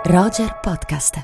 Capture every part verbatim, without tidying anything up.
Roger Podcast.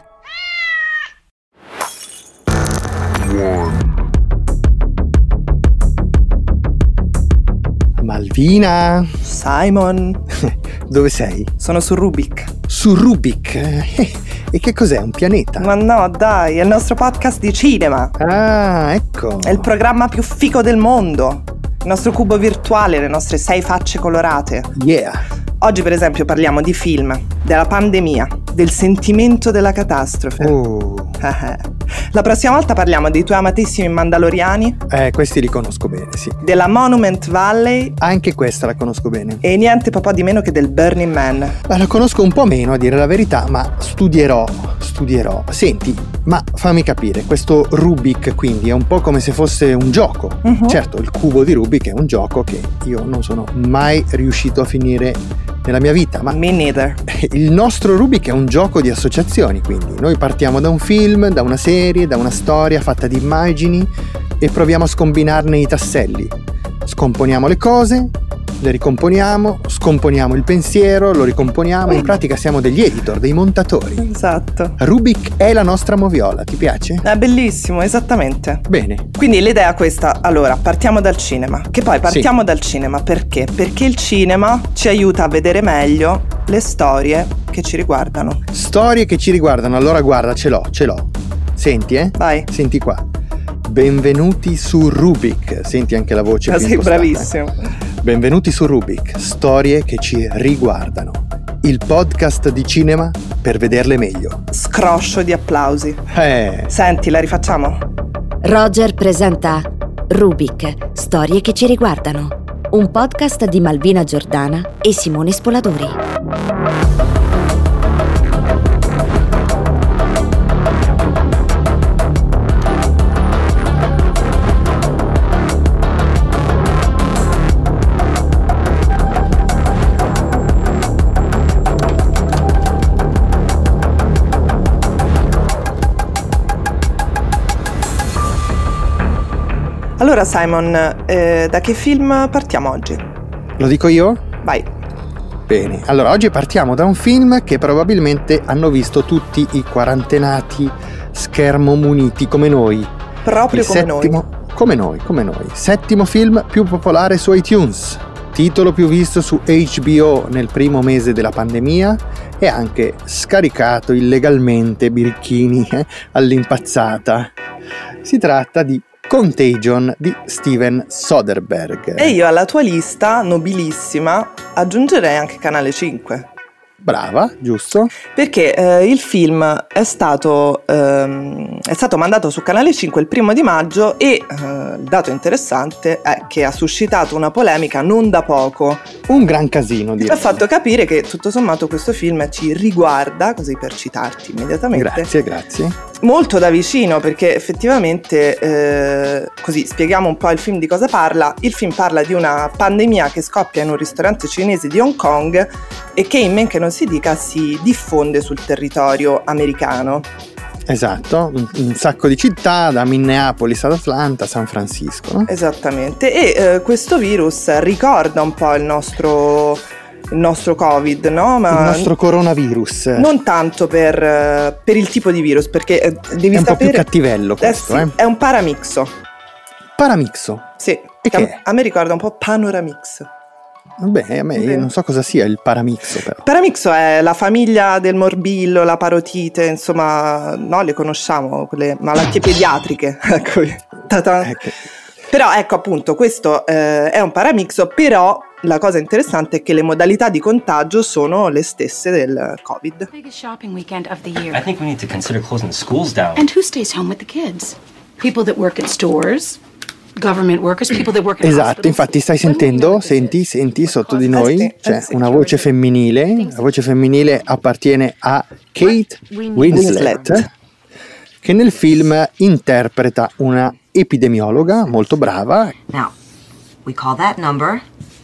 Malvina? Simon? Dove sei? Sono su Rubik. Su Rubik? E che cos'è? Un pianeta? Ma no, dai, è il nostro podcast di cinema. Ah, ecco. È il programma più figo del mondo. Il nostro cubo virtuale, le nostre sei facce colorate. Yeah. Oggi per esempio parliamo di film, della pandemia, del sentimento della catastrofe. Oh. La prossima volta parliamo dei tuoi amatissimi Mandaloriani. Eh, questi li conosco bene, sì. Della Monument Valley. Anche questa la conosco bene. E niente po' di meno che del Burning Man. Ma la conosco un po' meno, a dire la verità, ma studierò, studierò. Senti, ma fammi capire, questo Rubik quindi è un po' come se fosse un gioco. Uh-huh. Certo, il cubo di Rubik è un gioco che io non sono mai riuscito a finire nella mia vita, ma me neither. Il nostro Rubik è un gioco di associazioni, quindi noi partiamo da un film, da una serie, da una storia fatta di immagini e proviamo a scombinarne i tasselli. Scomponiamo le cose, le ricomponiamo, scomponiamo il pensiero, lo ricomponiamo, in pratica siamo degli editor, dei montatori. Esatto. Rubik è la nostra moviola, ti piace? È bellissimo, esattamente. Bene. Quindi l'idea è questa, allora, partiamo dal cinema, che poi partiamo sì. dal cinema perché? Perché il cinema ci aiuta a vedere meglio le storie che ci riguardano. Storie che ci riguardano, allora guarda, ce l'ho, ce l'ho. Senti, eh? Vai. Senti qua. Benvenuti su Rubik. Senti anche la voce. Ma più sei impostata. Bravissimo. Benvenuti su Rubik, storie che ci riguardano. Il podcast di cinema per vederle meglio. Scroscio di applausi. Eh. Senti, la rifacciamo? Roger presenta Rubik, storie che ci riguardano. Un podcast di Malvina Giordana e Simone Spoladori. Allora Simon, eh, da che film partiamo oggi? Lo dico io? Vai. Bene, allora oggi partiamo da un film che probabilmente hanno visto tutti i quarantenati schermo muniti come noi. Proprio Il come settimo, noi. Come noi, come noi. Settimo film più popolare su iTunes, titolo più visto su H B O nel primo mese della pandemia e anche scaricato illegalmente birichini eh, all'impazzata. Si tratta di Contagion di Steven Soderbergh. E io alla tua lista, nobilissima, aggiungerei anche Canale cinque. Brava, giusto? Perché eh, il film è stato, ehm, è stato mandato su Canale cinque il primo di maggio e eh, il dato interessante è che ha suscitato una polemica non da poco. Un gran casino, direi. Ha fatto capire che tutto sommato questo film ci riguarda, così per citarti immediatamente. Grazie, grazie. Molto da vicino, perché effettivamente, eh, così spieghiamo un po' il film di cosa parla. Il film parla di una pandemia che scoppia in un ristorante cinese di Hong Kong e che in men che non si dica si diffonde sul territorio americano. Esatto, un, un sacco di città, da Minneapolis ad Atlanta, San Francisco, no? Esattamente, e eh, questo virus ricorda un po' il nostro... il nostro Covid, no? Ma il nostro coronavirus. Non tanto per, per il tipo di virus, perché eh, devi è un sapere... po' più cattivello questo, eh, sì, eh? È un paramixo. Paramixo? Sì. E che a, è? a me ricorda un po' Panoramix. Vabbè, a me io non so cosa sia il paramixo, però. Paramixo è la famiglia del morbillo, la parotite, insomma, no, le conosciamo, quelle malattie pediatriche. Ecco. Ecco. Però ecco appunto, questo eh, è un paramixo, però la cosa interessante è che le modalità di contagio sono le stesse del Covid. Biggest shopping weekend of the year. I think we need to consider closing the schools down. And who stays home with the kids? People that work at stores, government workers, people that work in Esatto, hospitals. infatti stai sentendo, senti, senti sotto di noi, Eh sì, c'è eh sì. una voce femminile, la voce femminile appartiene a Kate Winslet, che nel film interpreta una epidemiologa molto brava. Now, we call that number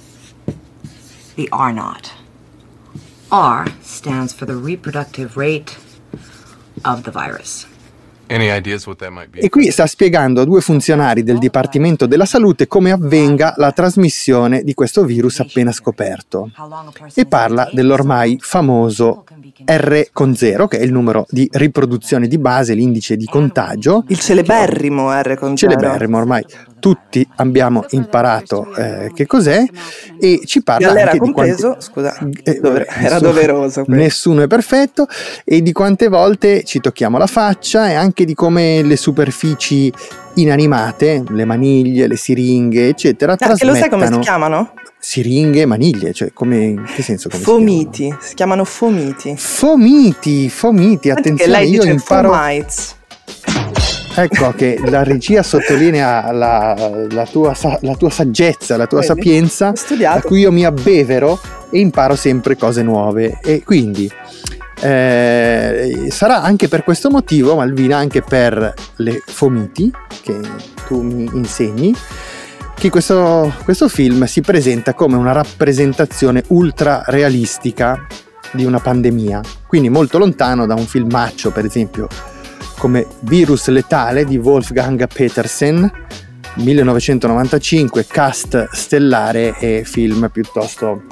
the R naught. R stands for the reproductive rate of the virus. E qui sta spiegando a due funzionari del Dipartimento della Salute come avvenga la trasmissione di questo virus appena scoperto. E parla dell'ormai famoso R con zero, che è il numero di riproduzione di base, l'indice di contagio. Il celeberrimo R con zero. Celeberrimo, ormai tutti abbiamo imparato eh, che cos'è, e ci parla Gallera anche compreso, di quanti... scusa, eh, dover... nessuno, era doveroso questo. Nessuno è perfetto, e di quante volte ci tocchiamo la faccia, e anche di come le superfici inanimate, le maniglie, le siringhe, eccetera, Ah, che trasmettano... lo sai come si chiamano? Siringhe, maniglie, cioè come, in che senso? Come Fomiti, si, si chiamano fomiti. Fomiti, fomiti, attenzione, che lei io dice imparo... fomites. Ecco che la regia sottolinea la, la, tua, la tua saggezza, la tua Vedi? sapienza, Ho studiato. a cui io mi abbevero e imparo sempre cose nuove. E quindi eh, sarà anche per questo motivo, Malvina, anche per le fomiti che tu mi insegni, che questo, questo film si presenta come una rappresentazione ultra realistica di una pandemia, quindi molto lontano da un filmaccio, per esempio come Virus letale di Wolfgang Petersen, millenovecentonovantacinque, cast stellare e film piuttosto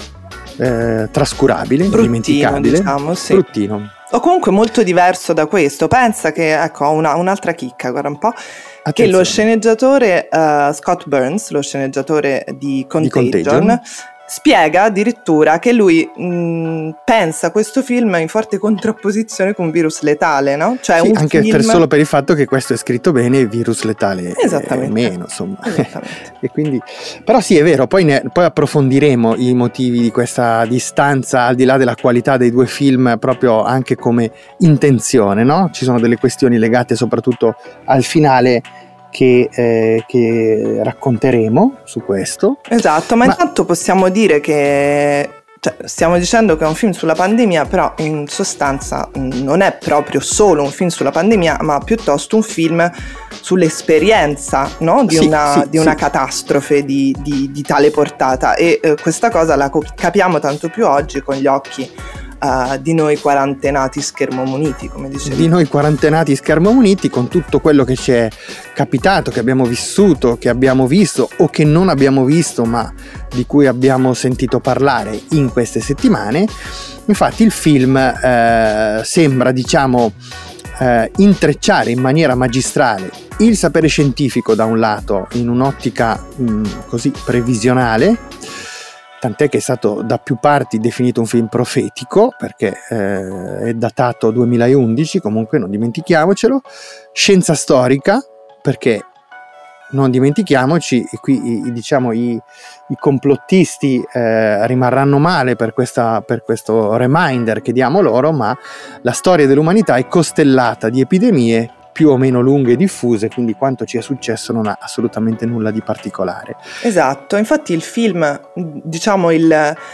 eh, trascurabile, Bruttino, dimenticabile, diciamo, sì. bruttino. O comunque molto diverso da questo. Pensa che, ecco, ho una, un'altra chicca, guarda un po', Attenzione. che lo sceneggiatore uh, Scott Burns, lo sceneggiatore di Contagion, Di Contagion. spiega addirittura che lui mh, pensa questo film in forte contrapposizione con Virus letale, no? Cioè Sì, un anche film... per, solo per il fatto che questo è scritto bene e Virus letale Esattamente. è meno, insomma. Esattamente. E quindi, però sì, è vero, poi, ne, poi approfondiremo i motivi di questa distanza, al di là della qualità dei due film, proprio anche come intenzione, no? Ci sono delle questioni legate soprattutto al finale che, eh, che racconteremo su questo. Esatto, ma, Ma- intanto possiamo dire che, cioè, stiamo dicendo che è un film sulla pandemia, però in sostanza mh, non è proprio solo un film sulla pandemia, ma piuttosto un film sull'esperienza, no? di, Sì, una, sì, di una sì. catastrofe di, di- di tale portata, e eh, questa cosa la co- capiamo tanto più oggi con gli occhi eh, di noi quarantenati schermomuniti, come dicevi. Di noi quarantenati schermomuniti, con tutto quello che ci è capitato, che abbiamo vissuto, che abbiamo visto o che non abbiamo visto ma di cui abbiamo sentito parlare in queste settimane. Infatti il film eh, sembra, diciamo, eh, intrecciare in maniera magistrale il sapere scientifico da un lato in un'ottica mh, così previsionale, tant'è che è stato da più parti definito un film profetico, perché eh, è datato duemilaundici, comunque non dimentichiamocelo, scienza storica, perché non dimentichiamoci, e qui i, diciamo i, i complottisti eh, rimarranno male per, questa, per questo reminder che diamo loro, ma la storia dell'umanità è costellata di epidemie più o meno lunghe e diffuse, quindi quanto ci è successo non ha assolutamente nulla di particolare. Esatto, infatti il film, diciamo il,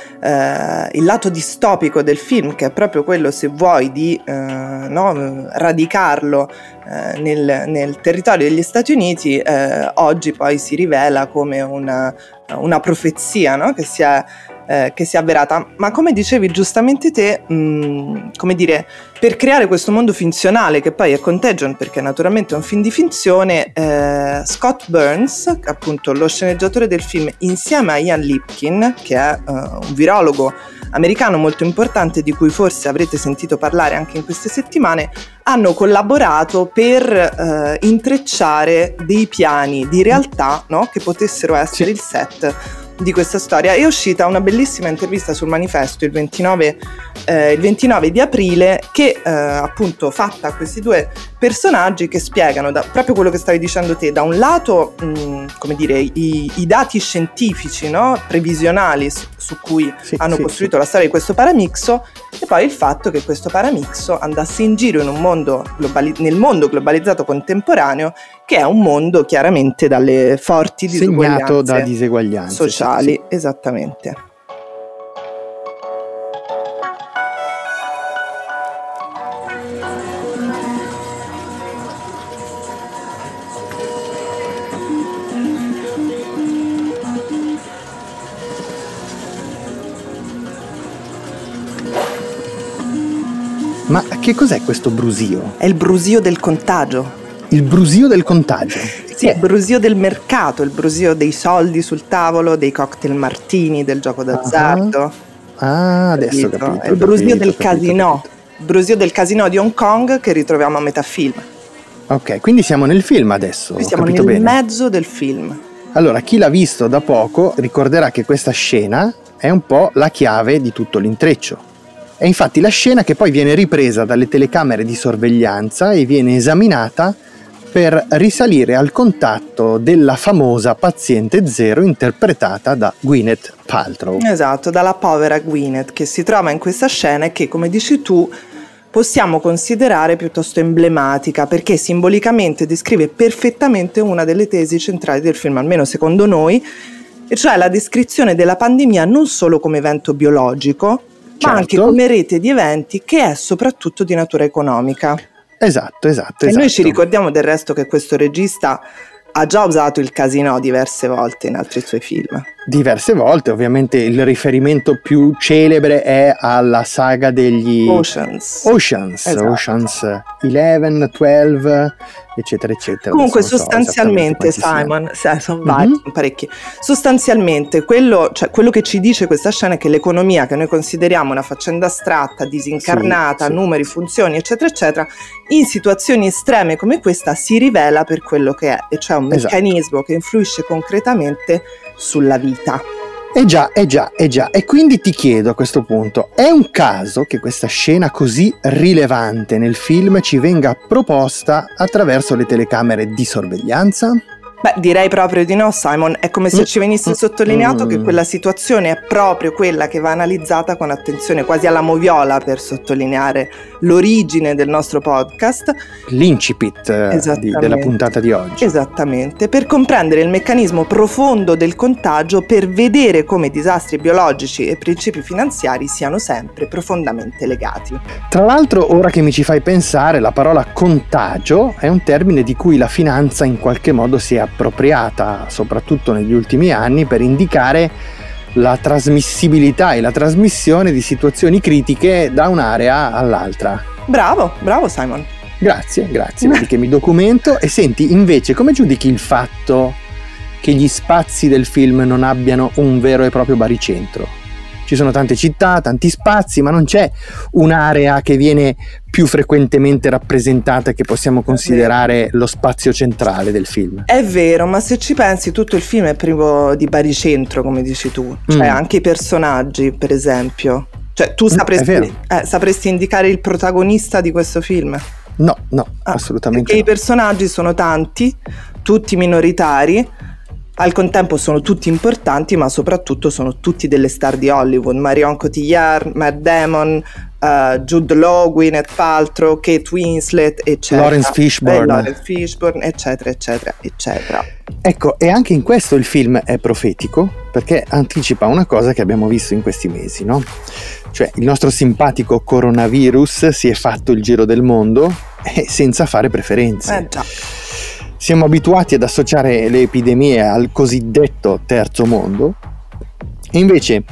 eh, il lato distopico del film, che è proprio quello, se vuoi, di eh, no, radicarlo eh, nel, nel territorio degli Stati Uniti, eh, oggi poi si rivela come una, una profezia, no? che si è Eh, che si è avverata. Ma come dicevi giustamente te, mh, come dire, per creare questo mondo finzionale che poi è Contagion, perché naturalmente è un film di finzione, eh, Scott Burns, appunto lo sceneggiatore del film, insieme a Ian Lipkin, che è uh, un virologo americano molto importante di cui forse avrete sentito parlare anche in queste settimane, hanno collaborato per eh, intrecciare dei piani di realtà, no? che potessero essere il set di questa storia. È uscita una bellissima intervista sul Manifesto il ventinove, eh, il ventinove di aprile, che eh, appunto fatta a questi due personaggi, che spiegano da, proprio quello che stavi dicendo te, da un lato mh, come dire i, i dati scientifici, no? previsionali su, su cui Sì, hanno sì, costruito la storia di questo paramixo, e poi il fatto che questo paramixo andasse in giro in un mondo globali- nel mondo globalizzato contemporaneo, che è un mondo chiaramente dalle forti disuguaglianze Segnato da diseguaglianze sociali, sì, sì. esattamente. Ma che cos'è questo brusio? È il brusio del contagio. Il brusio del contagio? Sì, il brusio del mercato, il brusio dei soldi sul tavolo, dei cocktail martini, del gioco d'azzardo. Ah, adesso ho capito. È il brusio capito, del capito, casino, capito. il brusio del casino di Hong Kong che ritroviamo a metà film. Ok, quindi siamo nel film adesso. Qui ho siamo nel capito bene. mezzo del film. Allora, chi l'ha visto da poco ricorderà che questa scena è un po' la chiave di tutto l'intreccio. È infatti la scena che poi viene ripresa dalle telecamere di sorveglianza e viene esaminata per risalire al contatto della famosa paziente zero interpretata da Gwyneth Paltrow. Esatto, dalla povera Gwyneth che si trova in questa scena e che, come dici tu, possiamo considerare piuttosto emblematica perché simbolicamente descrive perfettamente una delle tesi centrali del film, almeno secondo noi, e cioè la descrizione della pandemia non solo come evento biologico, Certo. ma anche come rete di eventi che è soprattutto di natura economica. Esatto, esatto, E esatto. noi ci ricordiamo del resto che questo regista ha già usato il casino diverse volte in altri suoi film. Diverse volte, ovviamente il riferimento più celebre è alla saga degli Oceans. Oceans, Esatto. Oceans undici, dodici, eccetera, eccetera. Comunque Adesso non so sostanzialmente, esattamente quanti Simon, sì, sono vari, Mhm. sono parecchi. Sostanzialmente quello, cioè, quello che ci dice questa scena è che l'economia, che noi consideriamo una faccenda astratta, disincarnata, Sì, sì, numeri, funzioni, eccetera, eccetera, in situazioni estreme come questa si rivela per quello che è, e cioè un Esatto. meccanismo che influisce concretamente sulla vita. Eh già, eh già, eh già. E quindi ti chiedo a questo punto, è un caso che questa scena così rilevante nel film ci venga proposta attraverso le telecamere di sorveglianza? Beh, direi proprio di no, Simon. È come se Mm, ci venisse mm, sottolineato mm. che quella situazione è proprio quella che va analizzata con attenzione, quasi alla moviola, per sottolineare l'origine del nostro podcast. L'incipit eh, di- Esattamente. della puntata di oggi. Esattamente, per comprendere il meccanismo profondo del contagio, per vedere come disastri biologici e principi finanziari siano sempre profondamente legati. Tra l'altro, ora che mi ci fai pensare, la parola contagio è un termine di cui la finanza in qualche modo si è appropriata, soprattutto negli ultimi anni, per indicare la trasmissibilità e la trasmissione di situazioni critiche da un'area all'altra. Bravo, bravo Simon. Grazie, grazie, vedi che mi documento. E senti, invece, come giudichi il fatto che gli spazi del film non abbiano un vero e proprio baricentro? Ci sono tante città, tanti spazi, ma non c'è un'area che viene più frequentemente rappresentata e che possiamo considerare lo spazio centrale del film. È vero, ma se ci pensi tutto il film è privo di baricentro, come dici tu, cioè Mm. anche i personaggi, per esempio. Cioè tu Mm, è sapresti, vero. eh, sapresti indicare il protagonista di questo film? No, no, Ah, assolutamente perché no. i personaggi sono tanti, tutti minoritari, al contempo sono tutti importanti, ma soprattutto sono tutti delle star di Hollywood: Marion Cotillard, Matt Damon, uh, Jude Law, Gwyneth Paltrow, Kate Winslet, eccetera. Lawrence Fishburne. Eh, Lawrence Fishburne, eccetera, eccetera, eccetera. Ecco, e anche in questo il film è profetico, perché anticipa una cosa che abbiamo visto in questi mesi, no? Cioè, il nostro simpatico coronavirus si è fatto il giro del mondo e senza fare preferenze. Eh già. Siamo abituati ad associare le epidemie al cosiddetto terzo mondo, e invece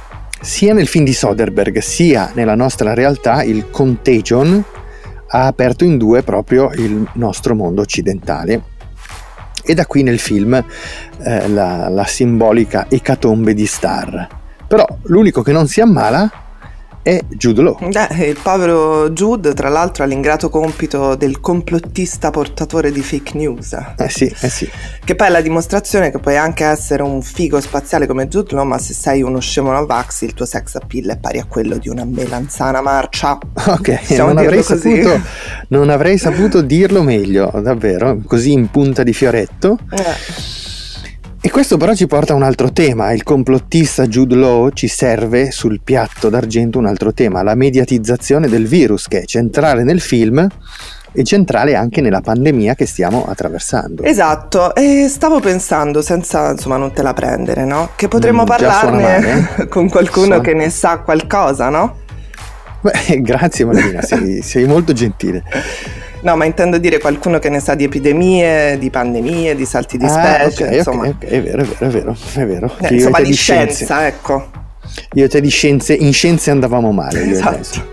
sia nel film di Soderbergh sia nella nostra realtà il Contagion ha aperto in due proprio il nostro mondo occidentale. E da qui nel film eh, la, la simbolica ecatombe di star. Però l'unico che non si ammala è Jude Law. Eh, il povero Jude, tra l'altro, ha l'ingrato compito del complottista portatore di fake news. Eh sì, eh sì. Che poi è la dimostrazione che puoi anche essere un figo spaziale come Jude Law, ma se sei uno scemo Novax, il tuo sex appeal è pari a quello di una melanzana marcia. Ok, Possiamo non avrei, dirlo così? saputo, non avrei saputo dirlo meglio, davvero, così in punta di fioretto. Eh. E questo però ci porta a un altro tema. Il complottista Jude Law ci serve sul piatto d'argento un altro tema: la mediatizzazione del virus, che è centrale nel film e centrale anche nella pandemia che stiamo attraversando. Esatto, e stavo pensando, senza insomma non te la prendere, no? Che potremmo Mm, già suona parlarne male, eh? con qualcuno Suona- che ne sa qualcosa, no? Beh, grazie Marina, sei, sei molto gentile. No, ma intendo dire qualcuno che ne sa di epidemie, di pandemie, di salti di Ah, specie, ok, ok, insomma. ok, è vero, è vero, è vero, è vero. Eh, Che io e insomma, te di scienze- scienza, ecco. Io e te di scienze, in scienze andavamo male, io e te, Esatto. insomma.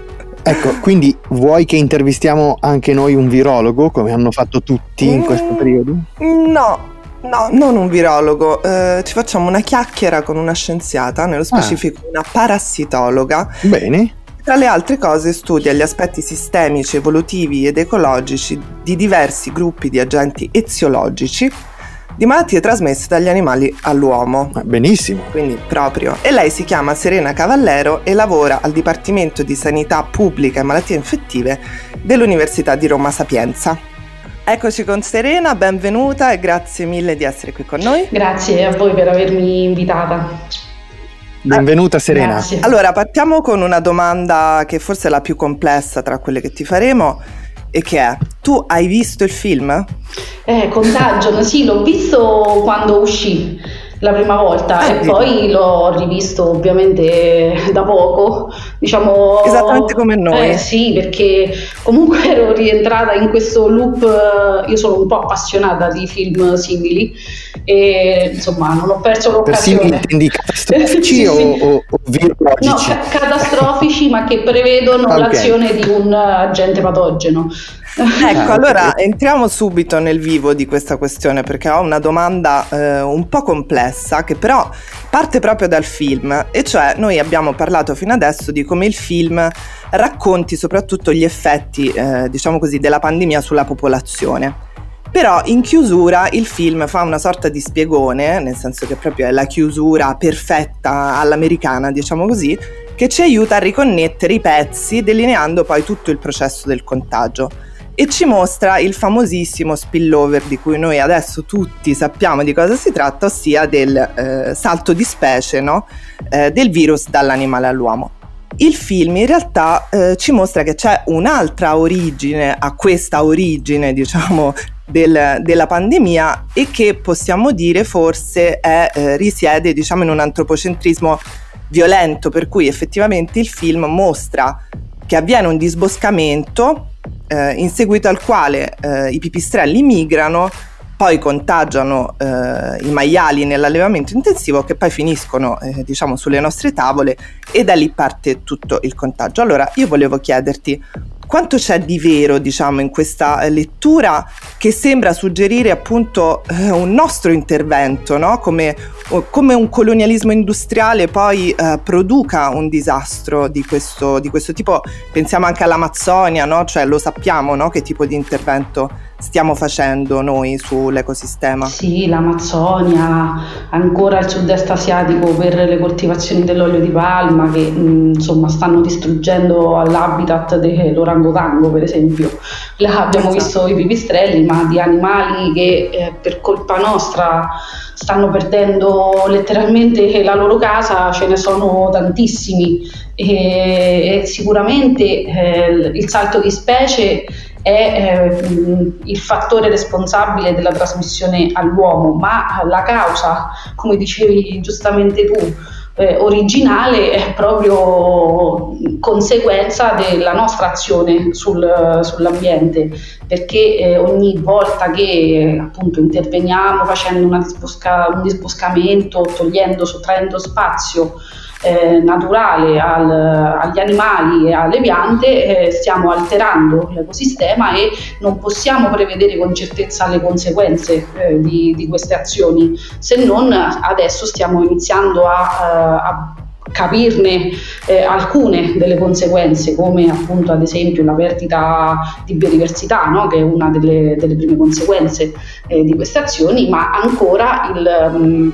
Ecco, quindi vuoi che intervistiamo anche noi un virologo, come hanno fatto tutti in questo periodo? No, no, non un virologo. Eh, ci facciamo una chiacchiera con una scienziata, nello specifico ah. una parassitologa. Bene. Tra le altre cose studia gli aspetti sistemici, evolutivi ed ecologici di diversi gruppi di agenti eziologici di malattie trasmesse dagli animali all'uomo. Benissimo. Quindi proprio. E lei si chiama Serena Cavallero e lavora al Dipartimento di Sanità Pubblica e Malattie Infettive dell'Università di Roma Sapienza. Eccoci con Serena, benvenuta e grazie mille di essere qui con noi. Grazie a voi per avermi invitata. Benvenuta Serena. Grazie. Allora, partiamo con una domanda che forse è la più complessa tra quelle che ti faremo, e che è: tu hai visto il film? Eh, Contagion, sì, l'ho visto quando uscì la prima volta ah, e sì. Poi l'ho rivisto ovviamente da poco, diciamo esattamente come noi. Eh sì, perché comunque ero rientrata in questo loop. Io sono un po' appassionata di film simili e insomma non ho perso l'occasione. Per simili intendi catastrofici sì, o, sì. o, o virologici? No, ca- catastrofici ma che prevedono okay. l'azione di un agente patogeno. Ecco, allora entriamo subito nel vivo di questa questione, perché ho una domanda eh, un po' complessa che però parte proprio dal film, e cioè noi abbiamo parlato fino adesso di come il film racconti soprattutto gli effetti eh, diciamo così della pandemia sulla popolazione. Però in chiusura il film fa una sorta di spiegone, nel senso che proprio è la chiusura perfetta all'americana, diciamo così, che ci aiuta a riconnettere i pezzi delineando poi tutto il processo del contagio. E ci mostra il famosissimo spillover di cui noi adesso tutti sappiamo di cosa si tratta, ossia del eh, salto di specie, no? eh, del virus dall'animale all'uomo. Il film in realtà eh, ci mostra che c'è un'altra origine a questa origine, diciamo, del, della pandemia, e che possiamo dire forse è, eh, risiede, diciamo, in un antropocentrismo violento, per cui effettivamente il film mostra che avviene un disboscamento eh, in seguito al quale eh, i pipistrelli migrano, poi contagiano eh, i maiali nell'allevamento intensivo, che poi finiscono eh, diciamo sulle nostre tavole, e da lì parte tutto il contagio. Allora io volevo chiederti quanto c'è di vero, diciamo, in questa lettura che sembra suggerire appunto eh, un nostro intervento, no? Come, come un colonialismo industriale poi eh, produca un disastro di questo, di questo tipo. Pensiamo anche all'Amazzonia, no? Cioè lo sappiamo, no? Che tipo di intervento stiamo facendo noi sull'ecosistema? Sì, l'Amazzonia, ancora il sud-est asiatico per le coltivazioni dell'olio di palma che mh, insomma stanno distruggendo l'habitat dell'orangotango, per esempio. Là abbiamo esatto. visto i pipistrelli, ma di animali che eh, per colpa nostra stanno perdendo letteralmente la loro casa ce ne sono tantissimi, e, e sicuramente eh, il salto di specie è eh, il fattore responsabile della trasmissione all'uomo, ma la causa, come dicevi giustamente tu, eh, originale è proprio conseguenza della nostra azione sul, sull'ambiente, perché eh, ogni volta che appunto interveniamo facendo una disbosca, un disboscamento, togliendo, sottraendo spazio Eh, naturale al, agli animali e alle piante, eh, stiamo alterando l'ecosistema e non possiamo prevedere con certezza le conseguenze eh, di, di queste azioni, se non adesso stiamo iniziando a, a capirne eh, alcune delle conseguenze, come appunto ad esempio la perdita di biodiversità, no? Che è una delle, delle prime conseguenze eh, di queste azioni, ma ancora il, mh,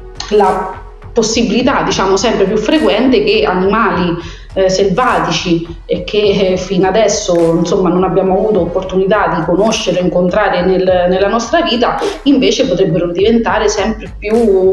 la possibilità, diciamo, sempre più frequente che animali eh, selvatici e che eh, fino adesso insomma non abbiamo avuto opportunità di conoscere, incontrare nel, nella nostra vita, invece potrebbero diventare sempre più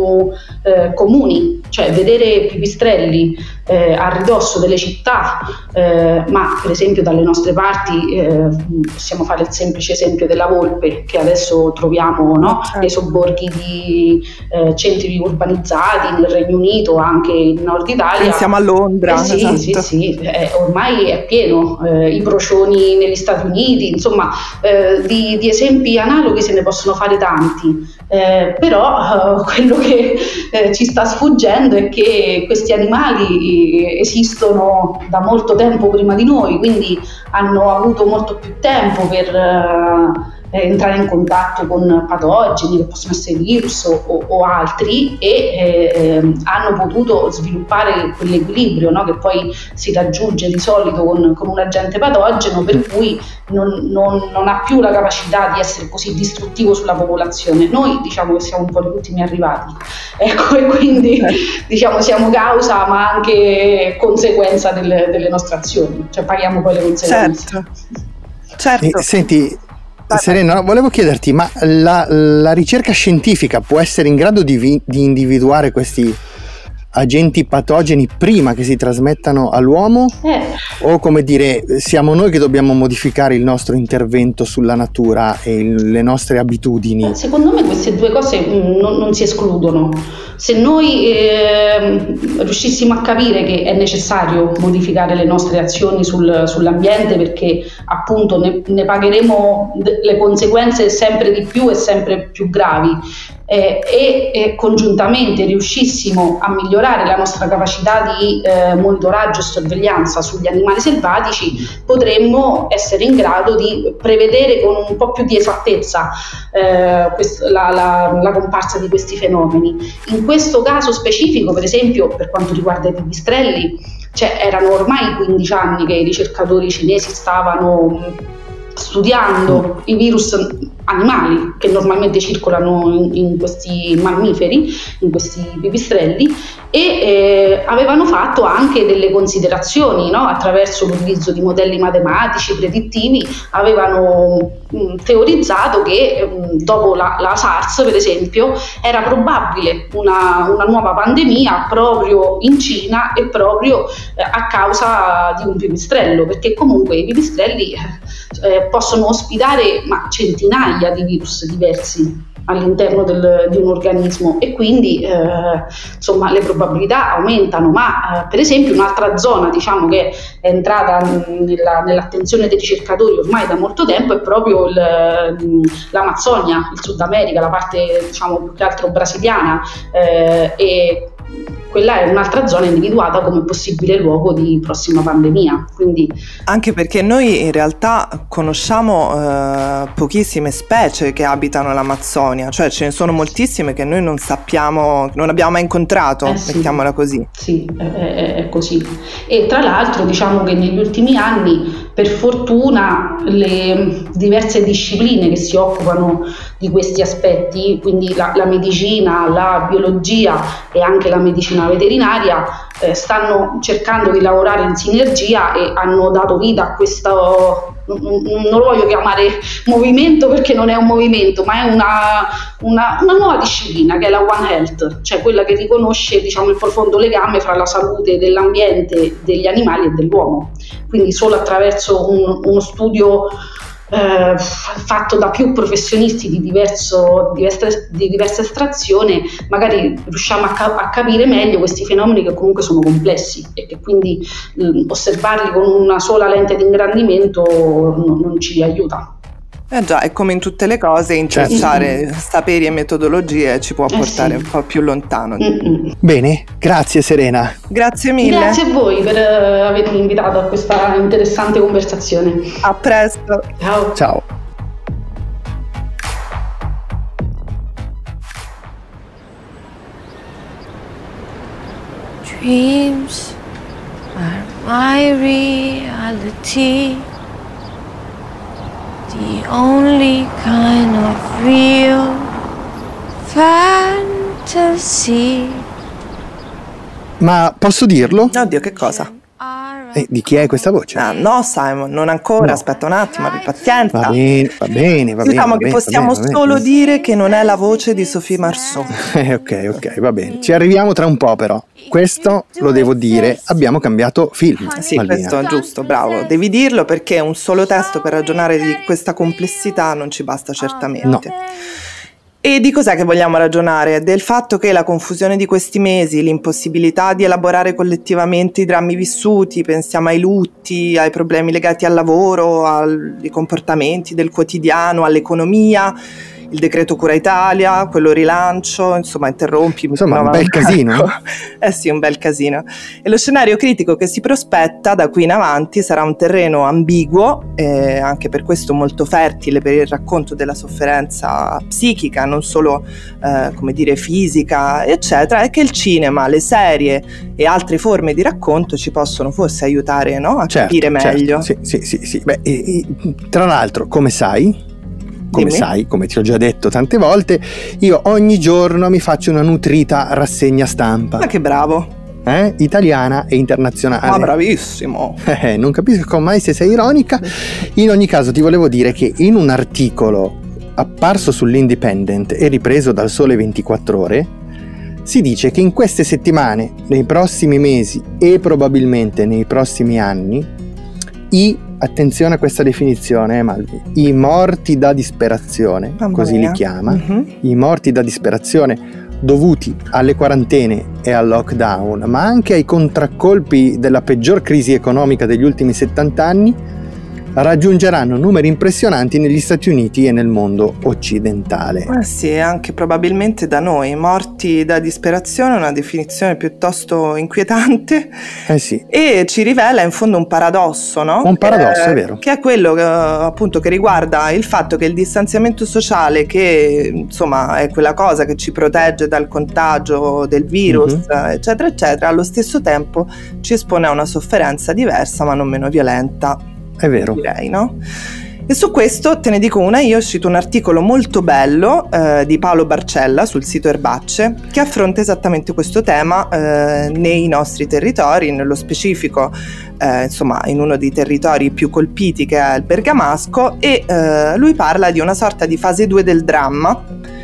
eh, comuni, cioè vedere pipistrelli eh, a ridosso delle città, eh, ma per esempio dalle nostre parti eh, possiamo fare il semplice esempio della volpe che adesso troviamo, no? Nei sobborghi di eh, centri urbanizzati nel Regno Unito, anche in Nord Italia. Pensiamo a Londra. Eh sì, esatto. sì, sì, eh, ormai è pieno, eh, i procioni negli Stati Uniti, insomma eh, di, di esempi analoghi se ne possono fare tanti, Eh, però eh, quello che eh, ci sta sfuggendo è che questi animali esistono da molto tempo prima di noi, quindi hanno avuto molto più tempo per eh, entrare in contatto con patogeni che possono essere virus o, o altri e eh, hanno potuto sviluppare quell'equilibrio, no? Che poi si raggiunge di solito con, con un agente patogeno, per cui non, non, non ha più la capacità di essere così distruttivo sulla popolazione. Noi diciamo che siamo un po' gli ultimi arrivati, ecco, e quindi diciamo siamo causa ma anche conseguenza delle, delle nostre azioni, cioè paghiamo poi le conseguenze. Certo, certo. E, senti Serena, volevo chiederti, ma la, la ricerca scientifica può essere in grado di, vi, di individuare questi agenti patogeni prima che si trasmettano all'uomo? Eh. O come dire, siamo noi che dobbiamo modificare il nostro intervento sulla natura e il, le nostre abitudini? Secondo me queste due cose mh, non, non si escludono. Se noi eh, riuscissimo a capire che è necessario modificare le nostre azioni sul, sull'ambiente, perché appunto ne, ne pagheremo le conseguenze sempre di più e sempre più gravi, eh, e, e congiuntamente riuscissimo a migliorare la nostra capacità di eh, monitoraggio e sorveglianza sugli animali selvatici, potremmo essere in grado di prevedere con un po' più di esattezza eh, quest- la, la, la comparsa di questi fenomeni. In questo caso specifico, per esempio, per quanto riguarda i pipistrelli, cioè erano ormai quindici anni che i ricercatori cinesi stavano studiando i virus animali che normalmente circolano in, in questi mammiferi, in questi pipistrelli, e eh, avevano fatto anche delle considerazioni, no? Attraverso l'utilizzo di modelli matematici predittivi avevano mh, teorizzato che mh, dopo la, la SARS, per esempio, era probabile una, una nuova pandemia proprio in Cina e proprio eh, a causa di un pipistrello, perché comunque i pipistrelli eh, possono ospitare ma centinaia di virus diversi all'interno del, di un organismo, e quindi eh, insomma le probabilità aumentano. Ma eh, per esempio un'altra zona, diciamo, che è entrata nella, nell'attenzione dei ricercatori ormai da molto tempo è proprio il, l'Amazzonia, il Sud America, la parte diciamo più che altro brasiliana, eh, e quella è un'altra zona individuata come possibile luogo di prossima pandemia. Quindi anche perché noi in realtà conosciamo eh, pochissime specie che abitano l'Amazzonia, cioè ce ne sono moltissime che noi non sappiamo, non abbiamo mai incontrato, eh sì, mettiamola così. Sì, è, è così. E tra l'altro diciamo che negli ultimi anni, per fortuna, le diverse discipline che si occupano di questi aspetti, quindi la, la medicina, la biologia e anche la medicina veterinaria, eh, stanno cercando di lavorare in sinergia e hanno dato vita a questo, non, non lo voglio chiamare movimento perché non è un movimento, ma è una, una, una nuova disciplina che è la One Health, cioè quella che riconosce, diciamo, il profondo legame fra la salute dell'ambiente, degli animali e dell'uomo. Quindi solo attraverso un, uno studio Eh, fatto da più professionisti di, diverso, diverse, di diversa estrazione, magari riusciamo a, ca- a capire meglio questi fenomeni che comunque sono complessi e che quindi mh, osservarli con una sola lente di ingrandimento non, non ci aiuta. Eh già, è come in tutte le cose, intrecciare certo. saperi e metodologie ci può portare eh sì. un po' più lontano. Mm-mm. Bene, grazie Serena. Grazie mille. Grazie a voi per uh, avermi invitato a questa interessante conversazione. A presto. Ciao. Ciao. Dreams are my reality. The only kind of real fantasy. Ma posso dirlo? Oddio, che cosa? Eh, di chi è questa voce? Ah, no Simon, non ancora, no. Aspetta un attimo, abbi pazienza. Va bene, va bene, va bene. Diciamo va che bene, possiamo va bene, solo va bene. dire che non è la voce di Sophie Marceau. Eh, ok, ok, va bene. Ci arriviamo tra un po' però. Questo lo devo dire, abbiamo cambiato film. Sì, Malvina. questo è giusto, bravo. Devi dirlo perché un solo testo per ragionare di questa complessità non ci basta certamente. No. E di cos'è che vogliamo ragionare? Del fatto che la confusione di questi mesi, l'impossibilità di elaborare collettivamente i drammi vissuti, pensiamo ai lutti, ai problemi legati al lavoro, ai comportamenti del quotidiano, all'economia, il decreto Cura Italia, quello rilancio, insomma interrompi. Insomma un bel casino. Eh sì, un bel casino. E lo scenario critico che si prospetta da qui in avanti sarà un terreno ambiguo, eh, anche per questo molto fertile per il racconto della sofferenza psichica, non solo eh, come dire fisica, eccetera, e che il cinema, le serie e altre forme di racconto ci possono forse aiutare, no? a certo, capire meglio. Certo, sì, sì, sì, sì. Beh, e, e, tra l'altro, come sai, come Dimmi. sai, come ti ho già detto tante volte, io ogni giorno mi faccio una nutrita rassegna stampa. Ma che bravo! Eh? Italiana e internazionale. Ah, bravissimo! Eh, non capisco mai se sei ironica. In ogni caso ti volevo dire che in un articolo apparso sull'Independent e ripreso dal Sole ventiquattro Ore si dice che in queste settimane, nei prossimi mesi e probabilmente nei prossimi anni, i, attenzione a questa definizione, eh, Malvi, i morti da disperazione, Mamma così mia. li chiama, Mm-hmm. i morti da disperazione dovuti alle quarantene e al lockdown, ma anche ai contraccolpi della peggior crisi economica degli ultimi settanta anni, raggiungeranno numeri impressionanti negli Stati Uniti e nel mondo occidentale. Eh sì, anche probabilmente da noi. Morti da disperazione è una definizione piuttosto inquietante. Eh sì. E ci rivela in fondo un paradosso, no? Un paradosso, che, è vero. Che è quello che, appunto che riguarda il fatto che il distanziamento sociale, che insomma è quella cosa che ci protegge dal contagio del virus, mm-hmm. eccetera, eccetera, allo stesso tempo ci espone a una sofferenza diversa ma non meno violenta. È vero. Direi, no? E su questo te ne dico una io, è uscito un articolo molto bello eh, di Paolo Barcella sul sito Erbacce che affronta esattamente questo tema eh, nei nostri territori, nello specifico eh, insomma in uno dei territori più colpiti che è il Bergamasco, e eh, lui parla di una sorta di fase due del dramma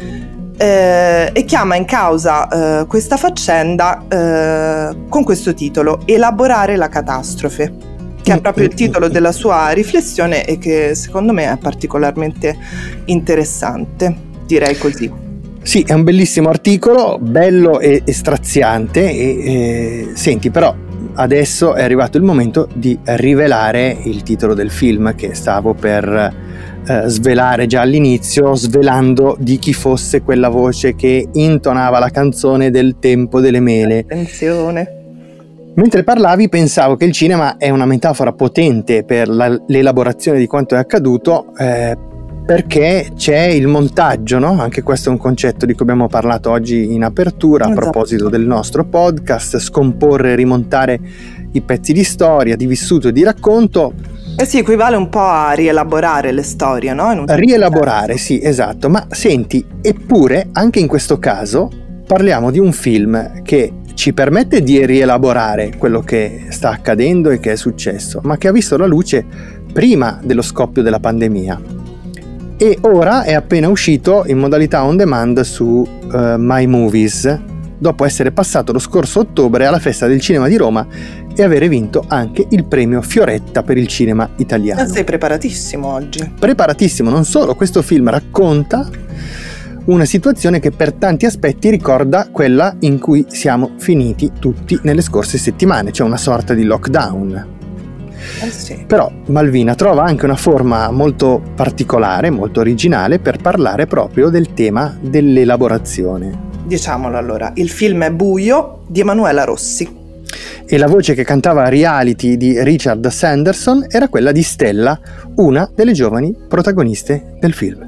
eh, e chiama in causa eh, questa faccenda eh, con questo titolo: Elaborare la catastrofe, che è proprio il titolo della sua riflessione e che secondo me è particolarmente interessante, direi così. Sì, è un bellissimo articolo, bello e, e straziante e, e senti, però adesso è arrivato il momento di rivelare il titolo del film che stavo per eh, svelare già all'inizio, svelando di chi fosse quella voce che intonava la canzone del Tempo delle Mele. Attenzione. Mentre parlavi pensavo che il cinema è una metafora potente per la, l'elaborazione di quanto è accaduto, eh, perché c'è il montaggio, no? Anche questo è un concetto di cui abbiamo parlato oggi in apertura, esatto. A proposito del nostro podcast: scomporre e rimontare i pezzi di storia, di vissuto e di racconto. Eh sì, equivale un po' a rielaborare le storie, no? In un rielaborare, sì, esatto. Ma senti, eppure anche in questo caso parliamo di un film che ci permette di rielaborare quello che sta accadendo e che è successo, ma che ha visto la luce prima dello scoppio della pandemia e ora è appena uscito in modalità on demand su uh, My Movies, dopo essere passato lo scorso ottobre alla Festa del Cinema di Roma e avere vinto anche il premio Fioretta per il cinema italiano. Sei preparatissimo oggi. Preparatissimo, non solo, questo film racconta una situazione che per tanti aspetti ricorda quella in cui siamo finiti tutti nelle scorse settimane, cioè una sorta di lockdown. Eh sì. Però Malvina trova anche una forma molto particolare, molto originale per parlare proprio del tema dell'elaborazione. Diciamolo allora, il film è Buio di Emanuela Rossi. E la voce che cantava Reality di Richard Sanderson era quella di Stella, una delle giovani protagoniste del film.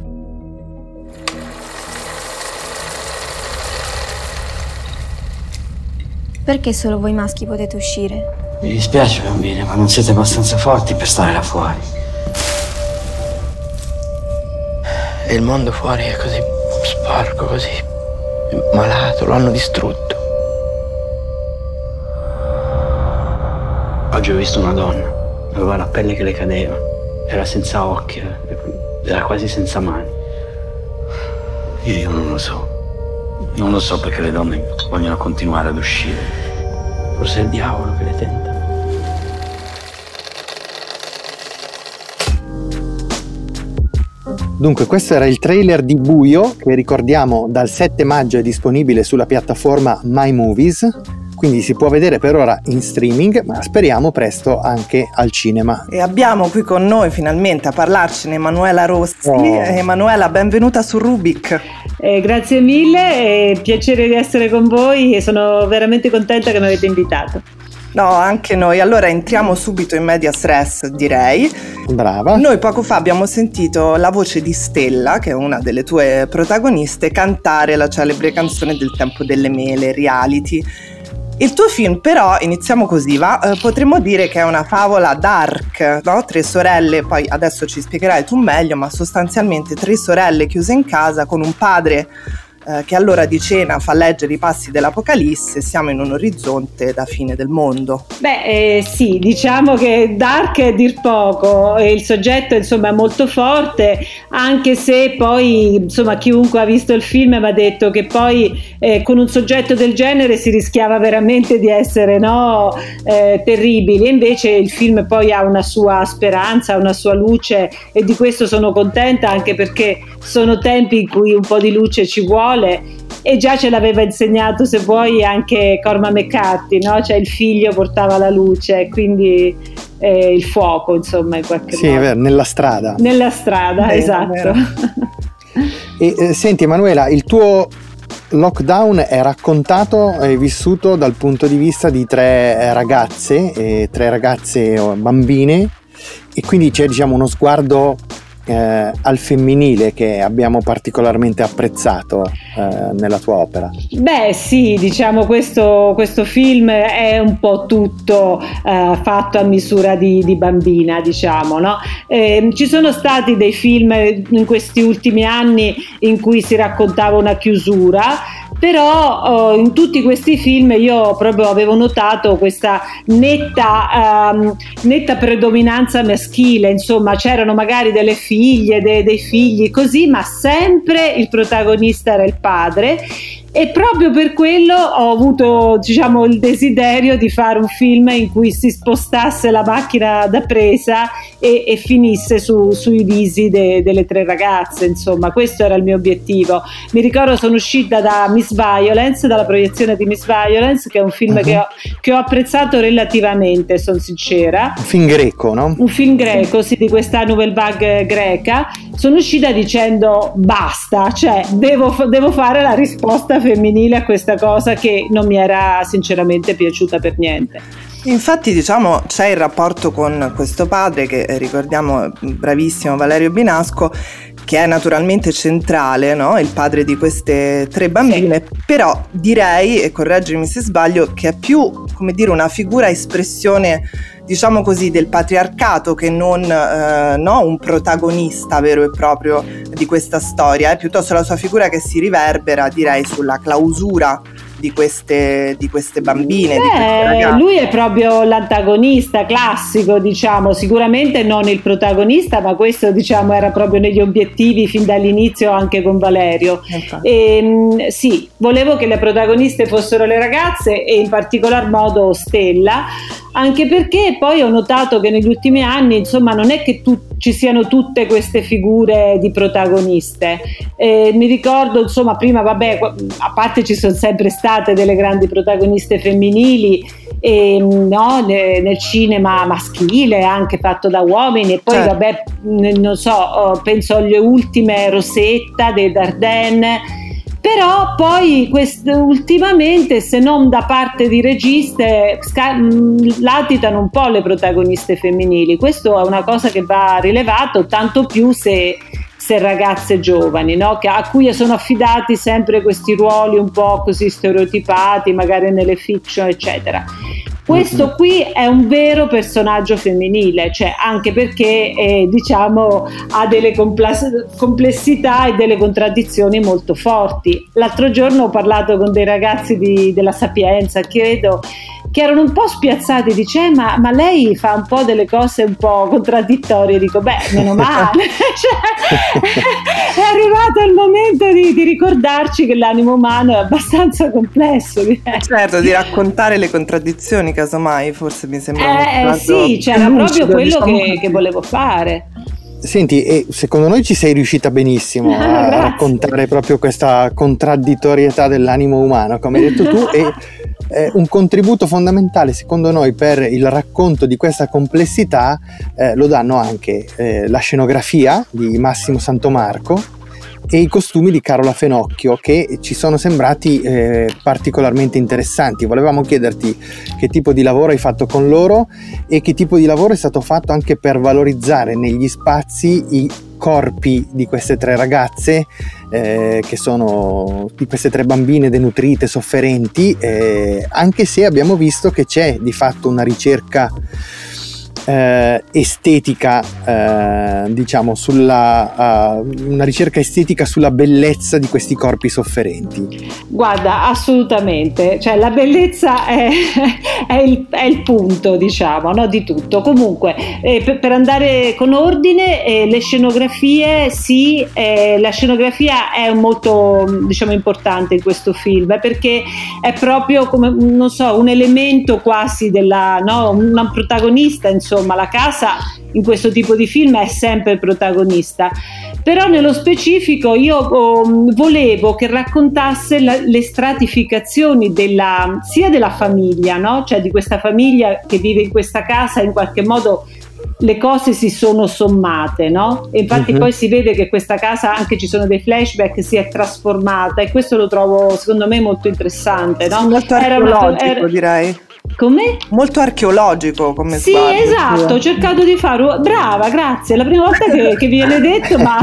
Perché solo voi maschi potete uscire? Mi dispiace, bambine, ma non siete abbastanza forti per stare là fuori. E il mondo fuori è così sporco, così malato, lo hanno distrutto. Oggi ho visto una donna, aveva la pelle che le cadeva, era senza occhi, era quasi senza mani. Io non lo so. Non lo so perché le donne vogliono continuare ad uscire. Forse è il diavolo che le tenta. Dunque, questo era il trailer di Buio, che ricordiamo dal sette maggio è disponibile sulla piattaforma My Movies. quindi si può vedere per ora in streaming, ma speriamo presto anche al cinema. E abbiamo qui con noi finalmente a parlarcene Emanuela Rossi. Oh. Emanuela, benvenuta su Rubik. Eh, grazie mille, è piacere di essere con voi e sono veramente contenta che mi avete invitato. No, anche noi. Allora entriamo subito in medias res, direi. Brava. Noi poco fa abbiamo sentito la voce di Stella, che è una delle tue protagoniste, cantare la celebre canzone del tempo delle mele, Reality. Il tuo film però, iniziamo così, va, eh, potremmo dire che è una favola dark, no? Tre sorelle, poi adesso ci spiegherai tu meglio, ma sostanzialmente tre sorelle chiuse in casa con un padre eh, che all'ora di cena fa leggere i passi dell'Apocalisse. Siamo in un orizzonte da fine del mondo. Beh, eh, sì, diciamo che dark è dir poco, e il soggetto insomma è molto forte, anche se poi insomma chiunque ha visto il film mi ha detto che poi eh, con un soggetto del genere si rischiava veramente di essere no, eh, terribili, e invece il film poi ha una sua speranza, una sua luce, e di questo sono contenta, anche perché sono tempi in cui un po' di luce ci vuole, e già ce l'aveva insegnato, se vuoi, anche Cormac McCarthy, no? Cioè il figlio portava la luce, quindi eh, il fuoco, insomma, in qualche sì, modo. Sì, è vero, nella strada. Nella strada, Beh, esatto. E eh, senti Emanuela, il tuo lockdown è raccontato e vissuto dal punto di vista di tre ragazze, eh, tre ragazze bambine, e quindi c'è, diciamo, uno sguardo Eh, al femminile che abbiamo particolarmente apprezzato eh, nella tua opera. Beh sì, diciamo questo, questo film è un po' tutto eh, fatto a misura di, di bambina, diciamo, no? Eh, ci sono stati dei film in questi ultimi anni in cui si raccontava una chiusura, però oh, in tutti questi film io proprio avevo notato questa netta, um, netta predominanza maschile, insomma c'erano magari delle figlie, de- dei figli così, ma sempre il protagonista era il padre, e proprio per quello ho avuto, diciamo, il desiderio di fare un film in cui si spostasse la macchina da presa e, e finisse su, sui visi de, delle tre ragazze, insomma questo era il mio obiettivo. Mi ricordo, sono uscita da Miss Violence, dalla proiezione di Miss Violence, che è un film uh-huh. che, ho, che ho apprezzato relativamente, sono sincera. Un film greco, no? Un film greco, sì, di questa nouvelle vague greca. Sono uscita dicendo basta, cioè devo, devo fare la risposta femminile a questa cosa che non mi era sinceramente piaciuta per niente. Infatti, diciamo, c'è il rapporto con questo padre che eh, ricordiamo, bravissimo, Valerio Binasco, che è naturalmente centrale, no? Il padre di queste tre bambine, sì. Però direi, e correggimi se sbaglio, che è più, come dire, una figura espressione, diciamo così, del patriarcato che non eh, no, un protagonista vero e proprio di questa storia, è piuttosto la sua figura che si riverbera, direi, sulla clausura di queste, di queste bambine. Beh, di queste ragazze. Lui è proprio l'antagonista classico, diciamo, sicuramente non il protagonista, ma questo, diciamo, era proprio negli obiettivi fin dall'inizio anche con Valerio. E, sì, volevo che le protagoniste fossero le ragazze, e in particolar modo Stella, anche perché poi ho notato che negli ultimi anni, insomma, non è che tu, ci siano tutte queste figure di protagoniste. Eh, mi ricordo, insomma, prima, vabbè, a parte ci sono sempre state delle grandi protagoniste femminili, eh, no, nel cinema maschile, anche fatto da uomini, e poi certo. Vabbè, non so, penso alle ultime, Rosetta dei Dardenne. Però poi quest- ultimamente, se non da parte di registe, sca- latitano un po' le protagoniste femminili. Questo è una cosa che va rilevato, tanto più se, se ragazze giovani, no? Che, a cui sono affidati sempre questi ruoli un po' così stereotipati, magari nelle fiction, eccetera. Questo qui è un vero personaggio femminile, cioè anche perché eh, diciamo ha delle complas- complessità e delle contraddizioni molto forti. L'altro giorno ho parlato con dei ragazzi di, della Sapienza, credo, che erano un po' spiazzati, dice eh, ma, ma lei fa un po' delle cose un po' contraddittorie. Dico beh, meno male. Cioè, è arrivato il momento di, di ricordarci che l'animo umano è abbastanza complesso. Certo, di raccontare le contraddizioni, casomai, forse mi sembra. Eh sì, c'era proprio quello che, che volevo fare. Senti, e secondo noi ci sei riuscita benissimo a raccontare proprio questa contraddittorietà dell'animo umano, come hai detto tu, e Eh, un contributo fondamentale secondo noi per il racconto di questa complessità eh, lo danno anche eh, la scenografia di Massimo Santomarco e i costumi di Carola Fenocchio, che ci sono sembrati eh, particolarmente interessanti. Volevamo chiederti che tipo di lavoro hai fatto con loro e che tipo di lavoro è stato fatto anche per valorizzare negli spazi i corpi di queste tre ragazze, eh, che sono di queste tre bambine denutrite, sofferenti, eh, anche se abbiamo visto che c'è di fatto una ricerca eh, estetica, eh, diciamo sulla uh, una ricerca estetica sulla bellezza di questi corpi sofferenti. Guarda, assolutamente, cioè la bellezza è, è, il, è il punto, diciamo, no, di tutto. Comunque, eh, per, per andare con ordine, eh, le scenografie, sì, eh, la scenografia è molto, diciamo, importante in questo film, perché è proprio come, non so, un elemento quasi della, no, una protagonista, insomma. La casa in questo tipo di film è sempre il protagonista, però nello specifico io oh, volevo che raccontasse la, le stratificazioni della, sia della famiglia, no? Cioè di questa famiglia che vive in questa casa, in qualche modo le cose si sono sommate, no? E infatti uh-huh. poi si vede che questa casa, anche ci sono dei flashback, si è trasformata, e questo lo trovo secondo me molto interessante, no? Molto archeologico, era... direi. Come? Molto archeologico come sì, sguardo. Esatto, ho cercato di fare, brava, grazie, è la prima volta che, che viene detto, ma,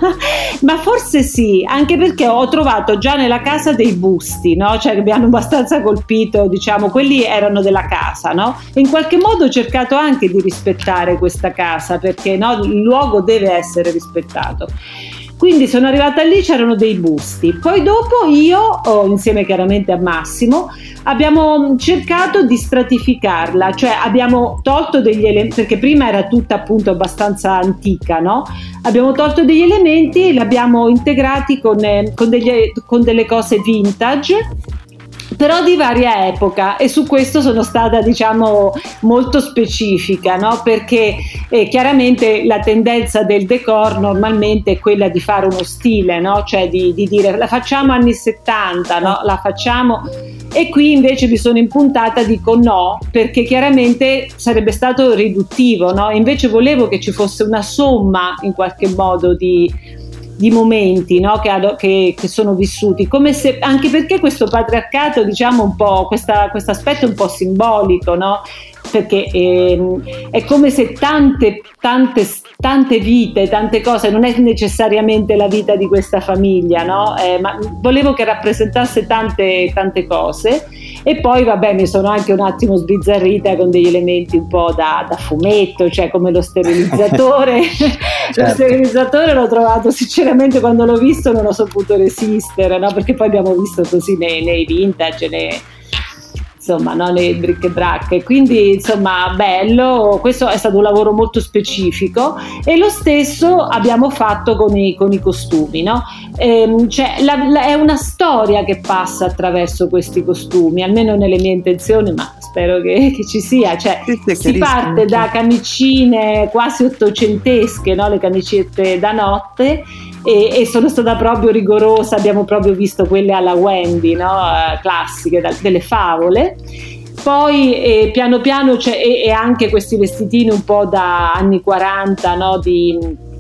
ma forse sì, anche perché ho trovato già nella casa dei busti, no? Cioè che mi hanno abbastanza colpito, diciamo, quelli erano della casa, no? E in qualche modo ho cercato anche di rispettare questa casa, perché no, il luogo deve essere rispettato. Quindi sono arrivata lì, c'erano dei busti. Poi dopo io, oh, insieme chiaramente a Massimo, abbiamo cercato di stratificarla, cioè abbiamo tolto degli elementi, perché prima era tutta appunto abbastanza antica, no? Abbiamo tolto degli elementi e li abbiamo integrati con, eh, con, degli, con delle cose vintage, però di varia epoca, e su questo sono stata, diciamo, molto specifica, no? Perché eh, chiaramente la tendenza del decor normalmente è quella di fare uno stile, no? Cioè di, di dire la facciamo anni settanta, no? La facciamo, e qui invece mi sono impuntata, dico no, perché chiaramente sarebbe stato riduttivo, no? Invece volevo che ci fosse una somma in qualche modo di di momenti, no, che, che, che sono vissuti, come se, anche perché questo patriarcato, diciamo, un po' questa, questo aspetto è un po' simbolico, no? Perché eh, è come se tante, tante, tante vite, tante cose, non è necessariamente la vita di questa famiglia, no? Eh, ma volevo che rappresentasse tante, tante cose. E poi vabbè, mi sono anche un attimo sbizzarrita con degli elementi un po' da, da fumetto, cioè come lo sterilizzatore. Certo. Lo sterilizzatore l'ho trovato, sinceramente, quando l'ho visto non ho saputo resistere, no? Perché poi abbiamo visto così nei, nei vintage, nei, insomma, no, nei bric-a-brac, quindi insomma bello, questo è stato un lavoro molto specifico, e lo stesso abbiamo fatto con i, con i costumi, no? Ehm, cioè la, la, è una storia che passa attraverso questi costumi, almeno nelle mie intenzioni, ma spero che, che ci sia, cioè si parte da camicine quasi ottocentesche, no? Le camicette da notte, E, e sono stata proprio rigorosa, abbiamo proprio visto quelle alla Wendy, no? uh, classiche, da, delle favole. Poi eh, piano piano c'è, e, e anche questi vestitini un po' da anni quaranta, no? Di,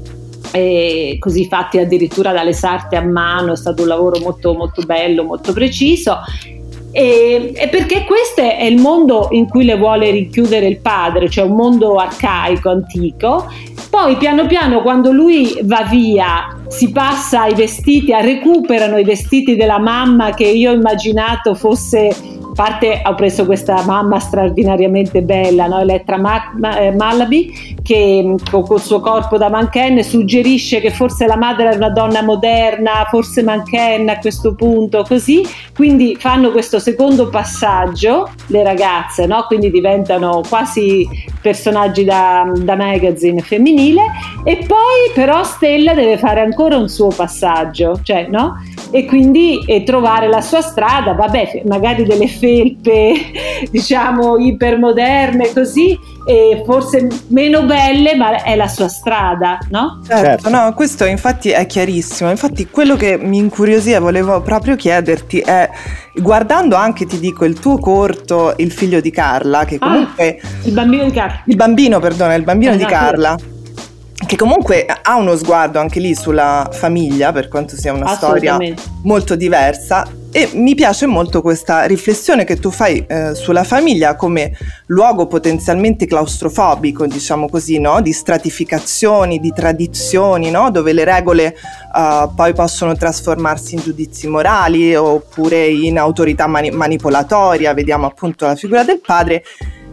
eh, così fatti addirittura dalle sarte a mano, è stato un lavoro molto, molto bello, molto preciso. E, e perché questo è il mondo in cui le vuole rinchiudere il padre, cioè un mondo arcaico, antico. Poi piano piano, quando lui va via, si passa ai vestiti, a recuperano i vestiti della mamma, che io ho immaginato fosse, a parte ho preso questa mamma straordinariamente bella, no? Elettra Malaby, che con il suo corpo da mannequin suggerisce che forse la madre era una donna moderna, forse mannequin a questo punto, così, quindi fanno questo secondo passaggio le ragazze, no? Quindi diventano quasi personaggi da, da magazine femminile, e poi però Stella deve fare ancora un suo passaggio, cioè, no? e quindi e trovare la sua strada, vabbè, magari delle felpe diciamo ipermoderne così, e forse meno belle, ma è la sua strada, no? Certo, certo, no, questo infatti è chiarissimo. Infatti quello che mi incuriosì e volevo proprio chiederti è, guardando anche, ti dico, il tuo corto Il figlio di Carla, che comunque ah, il bambino di Carla il bambino, perdona, il bambino eh, di no, Carla, che comunque ha uno sguardo anche lì sulla famiglia, per quanto sia una storia molto diversa, e mi piace molto questa riflessione che tu fai eh, sulla famiglia come luogo potenzialmente claustrofobico, diciamo così, no? Di stratificazioni, di tradizioni, no? Dove le regole uh, poi possono trasformarsi in giudizi morali oppure in autorità mani- manipolatoria. Vediamo appunto la figura del padre.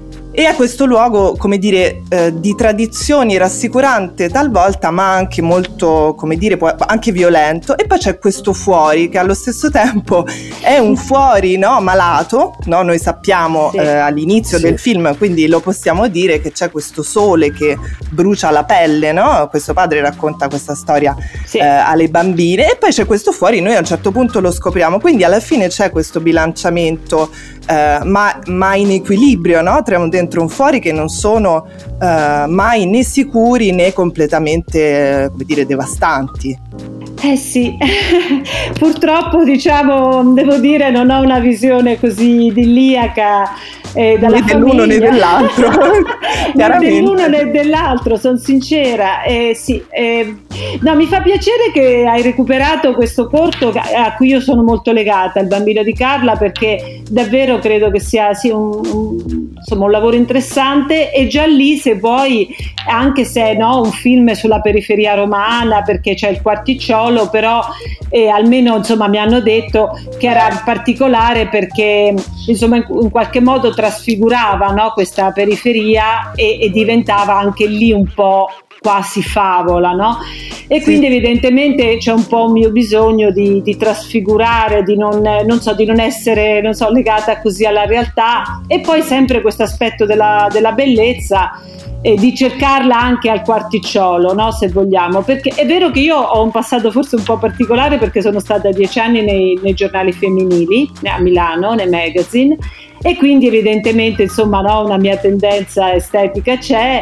E è questo luogo, come dire, eh, di tradizioni, rassicurante talvolta, ma anche molto, come dire, anche violento. E poi c'è questo fuori, che allo stesso tempo è un fuori, no, malato, no? Noi sappiamo sì. eh, all'inizio sì. del film, quindi lo possiamo dire, che c'è questo sole che brucia la pelle, no? Questo padre racconta questa storia sì. eh, alle bambine, e poi c'è questo fuori, noi a un certo punto lo scopriamo. Quindi alla fine c'è questo bilanciamento, eh, ma, ma in equilibrio, no? Tra un dentro un fuori che non sono uh, mai né sicuri né completamente, come dire, devastanti. Eh sì, purtroppo diciamo, devo dire, non ho una visione così idilliaca eh, dalla né dell'uno né dell'altro. Né dell'uno né dell'altro, sono sincera. Eh, sì, eh, no, mi fa piacere che hai recuperato questo corto a cui io sono molto legata, Il bambino di Carla, perché davvero credo che sia sì, un, un, insomma, un lavoro interessante, e già lì, se vuoi, anche se no, un film sulla periferia romana, perché c'è il Quarticciolo, però eh, almeno insomma mi hanno detto che era particolare perché insomma in, in qualche modo trasfigurava, no, questa periferia e, e diventava anche lì un po' quasi favola, no? E quindi sì. evidentemente c'è un po' un mio bisogno di, di trasfigurare, di non, non so, di non essere, non so, legata così alla realtà, e poi sempre questo aspetto della, della bellezza, e di cercarla anche al Quarticciolo, no? Se vogliamo, perché è vero che io ho un passato forse un po' particolare, perché sono stata dieci anni nei, nei giornali femminili a Milano, nei magazine, e quindi evidentemente insomma no, una mia tendenza estetica c'è,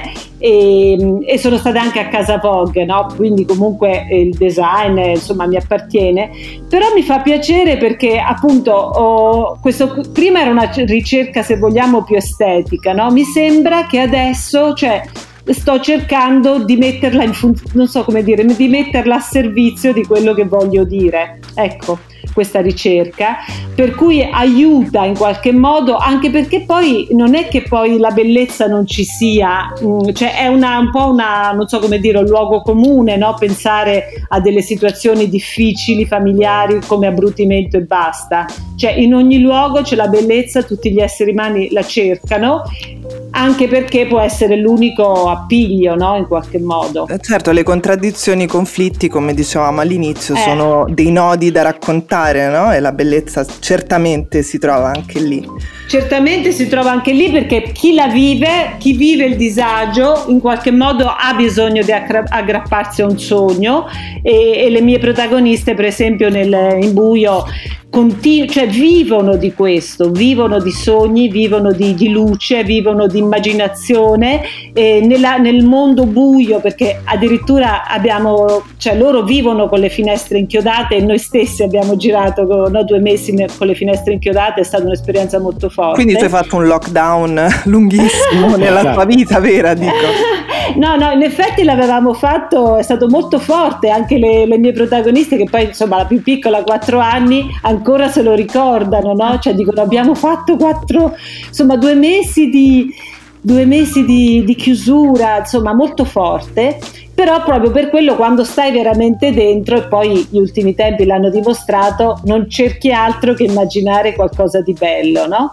e, e sono stata anche a Casa Vogue, no? Quindi comunque il design insomma mi appartiene, però mi fa piacere perché appunto ho, questo prima era una ricerca, se vogliamo, più estetica, no? Mi sembra che adesso, cioè, sto cercando di metterla in fun- non so come dire, di metterla a servizio di quello che voglio dire, ecco, questa ricerca, per cui aiuta in qualche modo, anche perché poi non è che poi la bellezza non ci sia, mh, cioè è una, un po' una, non so come dire, un luogo comune, no? Pensare a delle situazioni difficili, familiari, come abbrutimento e basta, cioè in ogni luogo c'è la bellezza, tutti gli esseri umani la cercano, anche perché può essere l'unico appiglio, no? In qualche modo. Certo, le contraddizioni, i conflitti, come dicevamo all'inizio, eh. sono dei nodi da raccontare, no? E la bellezza certamente si trova anche lì. Certamente si trova anche lì, perché chi la vive, chi vive il disagio, in qualche modo ha bisogno di aggrapparsi a un sogno, e, e le mie protagoniste, per esempio, nel In buio, Continu- cioè vivono di questo, vivono di sogni, vivono di, di luce, vivono di immaginazione, e nella, nel mondo buio, perché addirittura abbiamo, cioè loro vivono con le finestre inchiodate, e noi stessi abbiamo girato con, no, due mesi con le finestre inchiodate, è stata un'esperienza molto forte. Quindi tu hai fatto un lockdown lunghissimo nella tua vita vera, dico. No, no, in effetti l'avevamo fatto, è stato molto forte, anche le, le mie protagoniste, che poi insomma la più piccola, quattro anni, ancora se lo ricordano, no? Cioè dicono abbiamo fatto quattro, insomma due mesi di, due mesi di, di chiusura, insomma molto forte. Però proprio per quello, quando stai veramente dentro, e poi gli ultimi tempi l'hanno dimostrato, non cerchi altro che immaginare qualcosa di bello, no?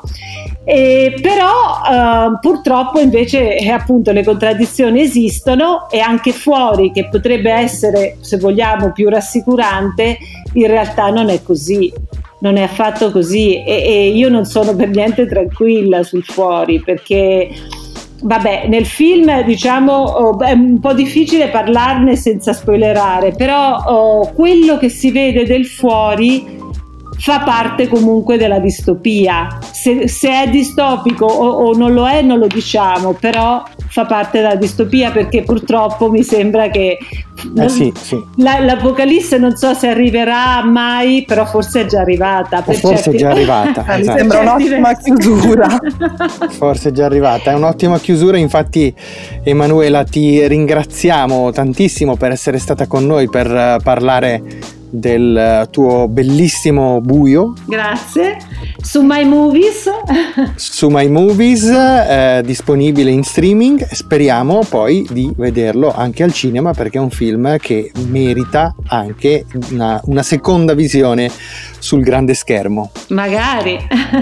E però eh, purtroppo invece eh, appunto le contraddizioni esistono, e anche fuori, che potrebbe essere, se vogliamo, più rassicurante, in realtà non è così. Non è affatto così, e, e io non sono per niente tranquilla sul fuori, perché vabbè, nel film diciamo oh, è un po' difficile parlarne senza spoilerare, però oh, quello che si vede del fuori fa parte comunque della distopia. Se, se è distopico o, o non lo è non lo diciamo, però fa parte della distopia, perché purtroppo mi sembra che eh sì, sì. La, l'apocalisse non so se arriverà mai, però forse è già arrivata. Per forse certi... è già arrivata. Mi esatto. sembra un'ottima chiusura. Forse è già arrivata, è un'ottima chiusura. Infatti, Emanuela, ti ringraziamo tantissimo per essere stata con noi per parlare del tuo bellissimo Buio. Grazie. Su My Movies. Su My Movies, eh, disponibile in streaming. Speriamo poi di vederlo anche al cinema, perché è un film che merita anche una, una seconda visione sul grande schermo. Magari.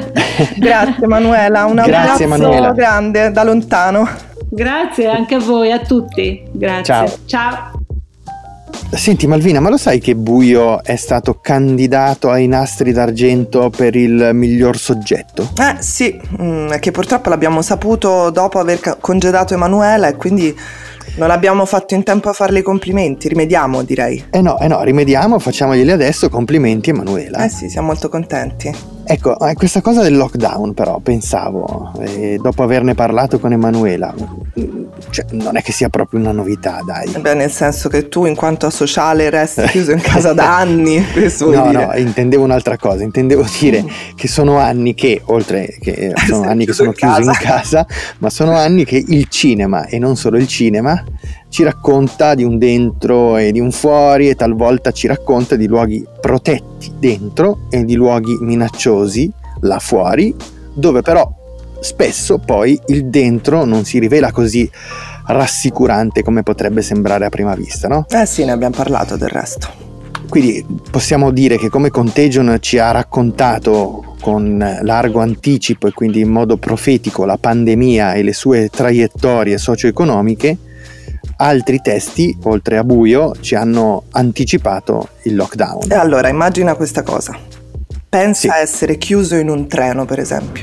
Grazie Manuela, un Grazie, abbraccio Manuela. grande da lontano. Grazie anche a voi, a tutti. Grazie. Ciao. Ciao. Senti Malvina, ma lo sai che Buio è stato candidato ai Nastri d'Argento per il miglior soggetto? Eh sì, mm, che purtroppo l'abbiamo saputo dopo aver ca- congedato Emanuela e quindi non abbiamo fatto in tempo a farle i complimenti. Rimediamo, direi. Eh no, eh no, rimediamo, facciamoglieli adesso. Complimenti Emanuela. Eh sì, siamo molto contenti. Ecco, questa cosa del lockdown però, pensavo, eh, dopo averne parlato con Emanuela, cioè, non è che sia proprio una novità, dai. Beh, nel senso che tu in quanto asociale resti chiuso in casa da anni, questo vuol no, dire. no, intendevo un'altra cosa, intendevo dire che sono anni che, oltre che sono anni che sono chiuso in casa, ma sono anni che il cinema, e non solo il cinema, ci racconta di un dentro e di un fuori, e talvolta ci racconta di luoghi protetti dentro e di luoghi minacciosi là fuori, dove però spesso poi il dentro non si rivela così rassicurante come potrebbe sembrare a prima vista, no? Eh sì, ne abbiamo parlato del resto. Quindi possiamo dire che come Contagion ci ha raccontato con largo anticipo e quindi in modo profetico la pandemia e le sue traiettorie socio-economiche, altri testi, oltre a Buio, ci hanno anticipato il lockdown. E allora, immagina questa cosa. Pensa Sì. a essere chiuso in un treno, per esempio.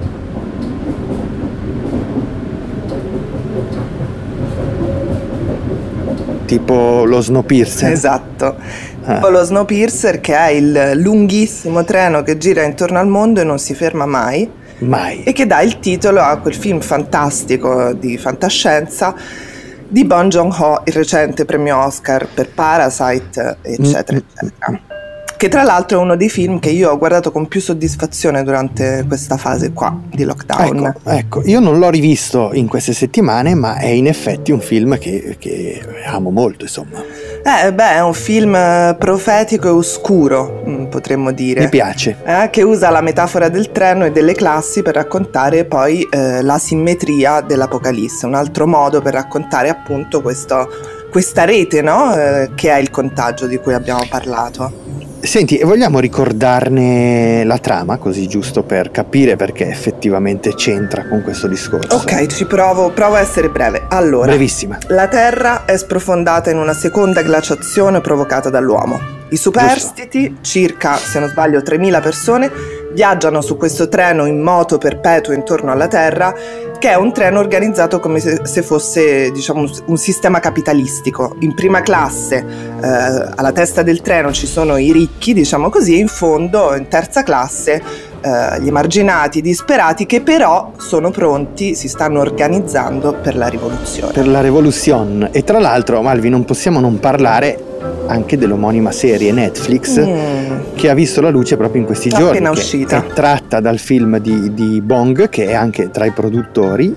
Tipo lo Snowpiercer. Esatto. Ah. Tipo lo Snowpiercer, che è il lunghissimo treno che gira intorno al mondo e non si ferma mai. Mai. E che dà il titolo a quel film fantastico di fantascienza di Bong Joon-ho, il recente premio Oscar per Parasite, eccetera, eccetera. Che tra l'altro è uno dei film che io ho guardato con più soddisfazione durante questa fase qua di lockdown. Ecco, ecco, io non l'ho rivisto in queste settimane, ma è in effetti un film che, che amo molto, insomma. Eh, beh, è un film profetico e oscuro, potremmo dire. Mi piace. Eh, che usa la metafora del treno e delle classi per raccontare poi eh, la simmetria dell'Apocalisse, un altro modo per raccontare appunto questo, questa rete, no? Eh, che è il contagio di cui abbiamo parlato. Senti, vogliamo ricordarne la trama, così giusto per capire perché effettivamente c'entra con questo discorso? Ok, ci provo, provo a essere breve. Allora, brevissima. La Terra è sprofondata in una seconda glaciazione provocata dall'uomo. I superstiti, circa, se non sbaglio, tremila persone, viaggiano su questo treno in moto perpetuo intorno alla Terra, che è un treno organizzato come se, se fosse, diciamo, un, un sistema capitalistico. In prima classe, eh, alla testa del treno ci sono i ricchi, diciamo così, e in fondo, in terza classe, eh, gli emarginati, i disperati, che però sono pronti, si stanno organizzando per la rivoluzione. Per la rivoluzione. E tra l'altro, Malvi, non possiamo non parlare anche dell'omonima serie Netflix mm. che ha visto la luce proprio in questi Appena giorni, che uscita. è tratta dal film di, di Bong, che è anche tra i produttori,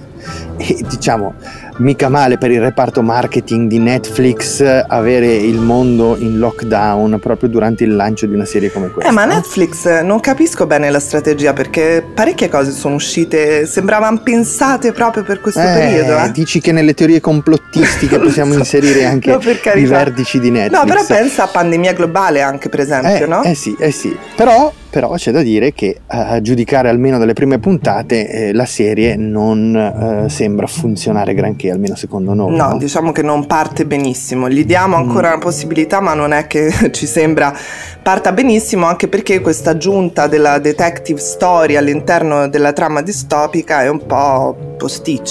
e diciamo mica male per il reparto marketing di Netflix avere il mondo in lockdown proprio durante il lancio di una serie come questa. Eh, ma Netflix non capisco bene la strategia, perché parecchie cose sono uscite, sembravano pensate proprio per questo eh, periodo. Eh? Dici che nelle teorie complottistiche possiamo inserire anche no, per i vertici di Netflix. No, però pensa a pandemia globale anche, per esempio, eh, no? Eh sì, eh sì. Però, però c'è da dire che a giudicare almeno dalle prime puntate eh, la serie non eh, sembra funzionare granché, almeno secondo noi. No, no? diciamo che non parte benissimo. Gli diamo ancora mm. una possibilità, ma non è che ci sembra parta benissimo, anche perché questa aggiunta della detective story all'interno della trama distopica è un po' posticcia.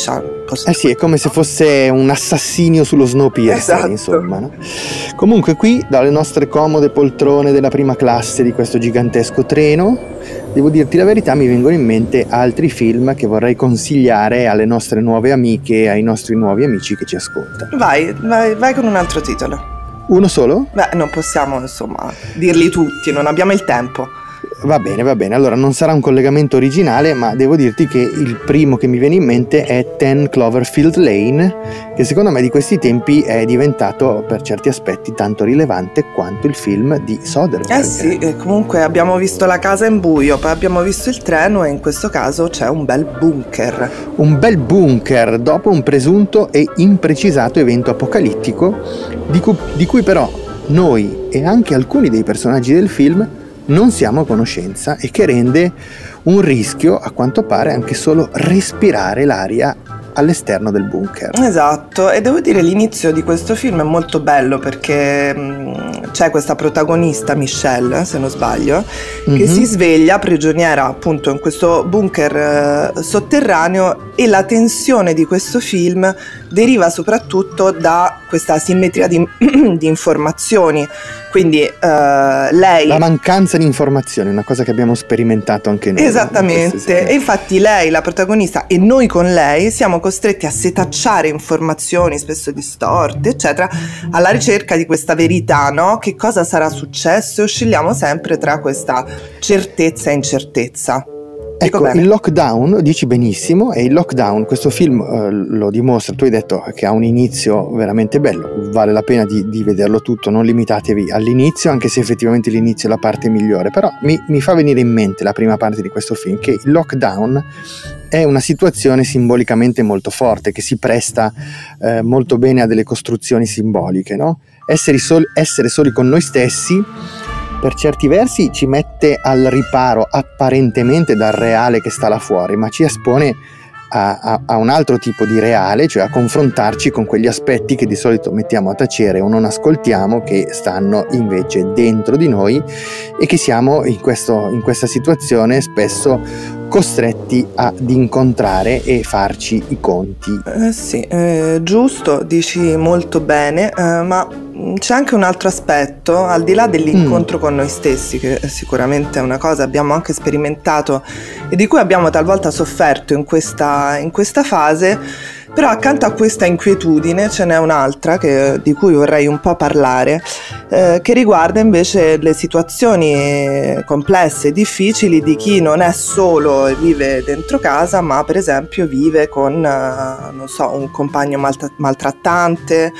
Eh sì, è come se fosse un assassinio sullo Snowpiercer, esatto. Insomma, no? Comunque qui, dalle nostre comode poltrone della prima classe di questo gigantesco treno, devo dirti la verità, mi vengono in mente altri film che vorrei consigliare alle nostre nuove amiche e ai nostri nuovi amici che ci ascoltano. Vai, vai, vai con un altro titolo. Uno solo? Beh, non possiamo, insomma, dirli tutti, non abbiamo il tempo. Va bene, va bene, allora non sarà un collegamento originale, ma devo dirti che il primo che mi viene in mente è Ten Cloverfield Lane, che secondo me di questi tempi è diventato per certi aspetti tanto rilevante quanto il film di Soderbergh. Eh sì, comunque abbiamo visto la casa in buio, poi abbiamo visto il treno e in questo caso c'è un bel bunker. Un bel bunker dopo un presunto e imprecisato evento apocalittico di cui, di cui però noi e anche alcuni dei personaggi del film non siamo a conoscenza e che rende un rischio, a quanto pare, anche solo respirare l'aria all'esterno del bunker. Esatto, e devo dire l'inizio di questo film è molto bello perché mh, c'è questa protagonista, Michelle, se non sbaglio, mm-hmm. che si sveglia prigioniera appunto in questo bunker eh, sotterraneo, e la tensione di questo film deriva soprattutto da questa asimmetria di, di informazioni. Quindi uh, lei... La mancanza di informazioni, una cosa che abbiamo sperimentato anche noi. Esattamente, e infatti lei, la protagonista, e noi con lei siamo costretti a setacciare informazioni spesso distorte, eccetera, alla ricerca di questa verità, no? Che cosa sarà successo? E oscilliamo sempre tra questa certezza e incertezza. Ecco, il lockdown, dici benissimo, e il lockdown, questo film eh, lo dimostra. Tu hai detto che ha un inizio veramente bello, vale la pena di, di vederlo tutto, non limitatevi all'inizio, anche se effettivamente l'inizio è la parte migliore, però mi, mi fa venire in mente la prima parte di questo film, che il lockdown è una situazione simbolicamente molto forte, che si presta eh, molto bene a delle costruzioni simboliche, no? Essere soli, essere soli con noi stessi per certi versi ci mette al riparo apparentemente dal reale che sta là fuori, ma ci espone a, a, a un altro tipo di reale, cioè a confrontarci con quegli aspetti che di solito mettiamo a tacere o non ascoltiamo, che stanno invece dentro di noi e che siamo in, questo, in questa situazione spesso costretti ad incontrare e farci i conti. Eh sì, eh, giusto, dici molto bene, eh, ma c'è anche un altro aspetto, al di là dell'incontro mm. con noi stessi, che sicuramente è una cosa abbiamo anche sperimentato e di cui abbiamo talvolta sofferto in questa, in questa fase. Però accanto a questa inquietudine ce n'è un'altra che, di cui vorrei un po' parlare, eh, che riguarda invece le situazioni complesse e difficili di chi non è solo e vive dentro casa, ma per esempio vive con, eh, non so, un compagno maltra- maltrattante,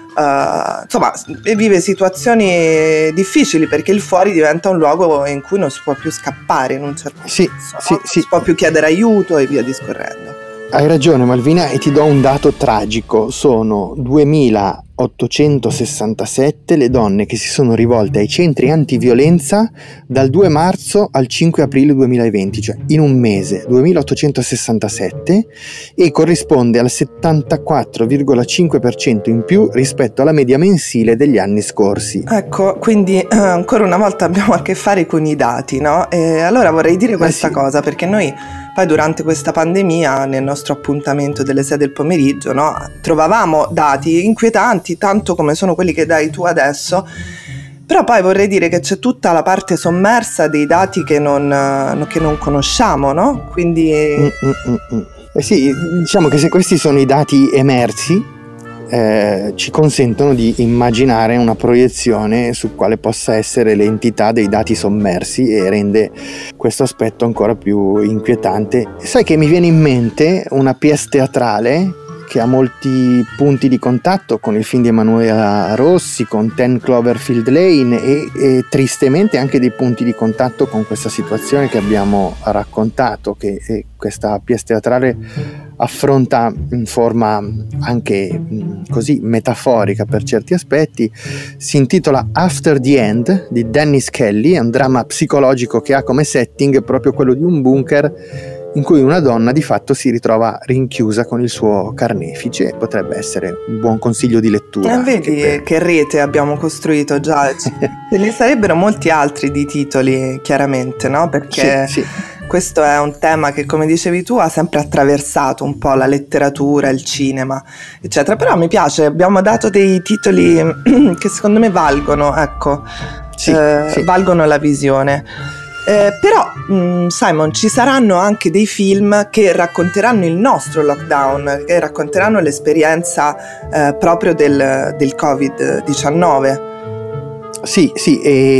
Uh, insomma, vive situazioni difficili perché il fuori diventa un luogo in cui non si può più scappare, in un certo sì, senso, sì, no? sì. Si può più chiedere aiuto e via discorrendo. Hai ragione Malvina, e ti do un dato tragico: sono duemilaottocentosessantasette le donne che si sono rivolte ai centri antiviolenza dal due marzo al cinque aprile duemilaventi, cioè in un mese, duemilaottocentosessantasette, e corrisponde al settantaquattro virgola cinque per cento in più rispetto alla media mensile degli anni scorsi. Ecco, quindi eh, ancora una volta abbiamo a che fare con i dati, no? E allora vorrei dire questa eh sì. cosa, perché noi poi durante questa pandemia, nel nostro appuntamento delle sei del pomeriggio, no, trovavamo dati inquietanti, tanto come sono quelli che dai tu adesso, però poi vorrei dire che c'è tutta la parte sommersa dei dati che non, che non conosciamo, no? Quindi... Mm, mm, mm, mm. Eh sì, diciamo che se questi sono i dati emersi, Eh, ci consentono di immaginare una proiezione su quale possa essere l'entità dei dati sommersi e rende questo aspetto ancora più inquietante. Sai che mi viene in mente una pièce teatrale che ha molti punti di contatto con il film di Emanuela Rossi, con Ten Cloverfield Lane, e, e tristemente anche dei punti di contatto con questa situazione che abbiamo raccontato, che eh, questa pièce teatrale affronta in forma anche mh, così metaforica per certi aspetti. Si intitola After the End di Dennis Kelly, è un dramma psicologico che ha come setting proprio quello di un bunker in cui una donna di fatto si ritrova rinchiusa con il suo carnefice. Potrebbe essere un buon consiglio di lettura. Eh, vedi per... che rete abbiamo costruito già. Ce ne sarebbero molti altri di titoli, chiaramente, no? Perché sì, sì. questo è un tema che, come dicevi tu, ha sempre attraversato un po' la letteratura, il cinema, eccetera. Però mi piace, abbiamo dato dei titoli che secondo me valgono, ecco, sì, eh, sì. valgono la visione. Eh, però mh, Simon, ci saranno anche dei film che racconteranno il nostro lockdown, che racconteranno l'esperienza eh, proprio del, del covid diciannove. Sì, sì,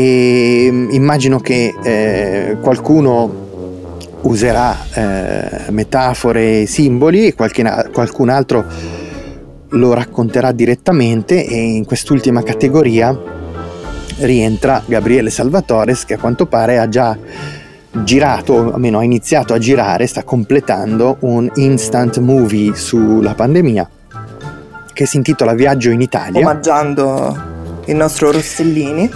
e immagino che eh, qualcuno userà eh, metafore e simboli e qualche, qualcun altro lo racconterà direttamente, e in quest'ultima categoria rientra Gabriele Salvatores, che a quanto pare ha già girato, o almeno ha iniziato a girare, sta completando un instant movie sulla pandemia che si intitola Viaggio in Italia, omaggiando il nostro Rossellini.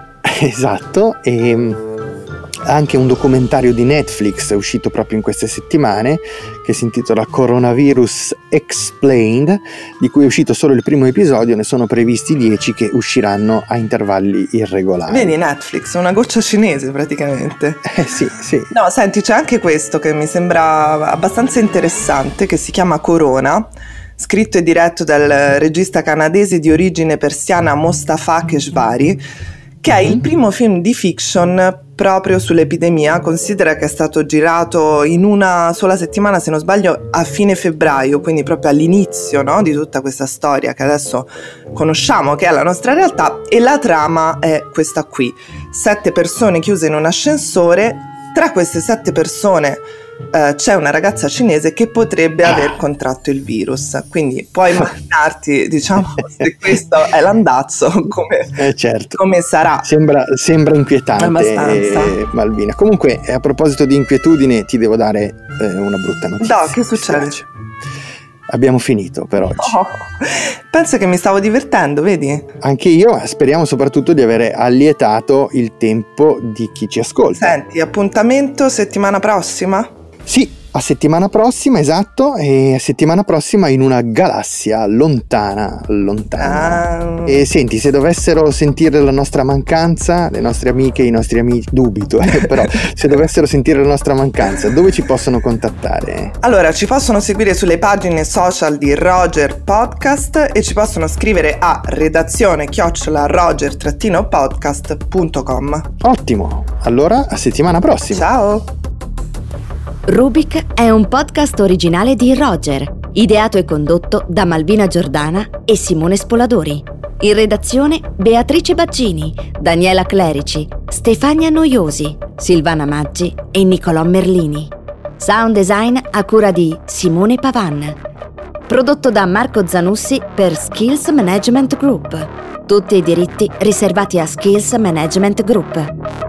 Esatto, e anche un documentario di Netflix è uscito proprio in queste settimane che si intitola Coronavirus Explained, di cui è uscito solo il primo episodio, ne sono previsti dieci che usciranno a intervalli irregolari. Vedi, Netflix, una goccia cinese praticamente. Eh sì, sì. No, senti, c'è anche questo che mi sembra abbastanza interessante, che si chiama Corona, scritto e diretto dal regista canadese di origine persiana Mostafa Keshvari, che è il primo film di fiction proprio sull'epidemia. Considera che è stato girato in una sola settimana, se non sbaglio, a fine febbraio, quindi proprio all'inizio, no, di tutta questa storia che adesso conosciamo, che è la nostra realtà, e la trama è questa qui. Sette persone chiuse in un ascensore, tra queste sette persone Uh, c'è una ragazza cinese che potrebbe ah. aver contratto il virus, quindi puoi immaginarti, diciamo, se questo è l'andazzo, come, eh certo. come sarà. Sembra, sembra inquietante, eh, Malvina. Comunque, a proposito di inquietudine, ti devo dare eh, una brutta notizia. No, che succede? Abbiamo finito per oggi. Oh, penso che mi stavo divertendo, vedi? Anche io, speriamo soprattutto di avere allietato il tempo di chi ci ascolta. Senti, appuntamento settimana prossima? Sì, a settimana prossima, esatto, e a settimana prossima in una galassia lontana, lontana. Ah. E senti, se dovessero sentire la nostra mancanza, le nostre amiche, i nostri amici, dubito, eh, però se dovessero sentire la nostra mancanza, dove ci possono contattare? Allora, ci possono seguire sulle pagine social di Roger Podcast e ci possono scrivere a redazione chiocciola roger podcast punto com. Ottimo, allora a settimana prossima. Ciao! Rubik è un podcast originale di Roger, ideato e condotto da Malvina Giordana e Simone Spoladori. In redazione Beatrice Baccini, Daniela Clerici, Stefania Noiosi, Silvana Maggi e Nicolò Merlini. Sound design a cura di Simone Pavan. Prodotto da Marco Zanussi per Skills Management Group. Tutti i diritti riservati a Skills Management Group.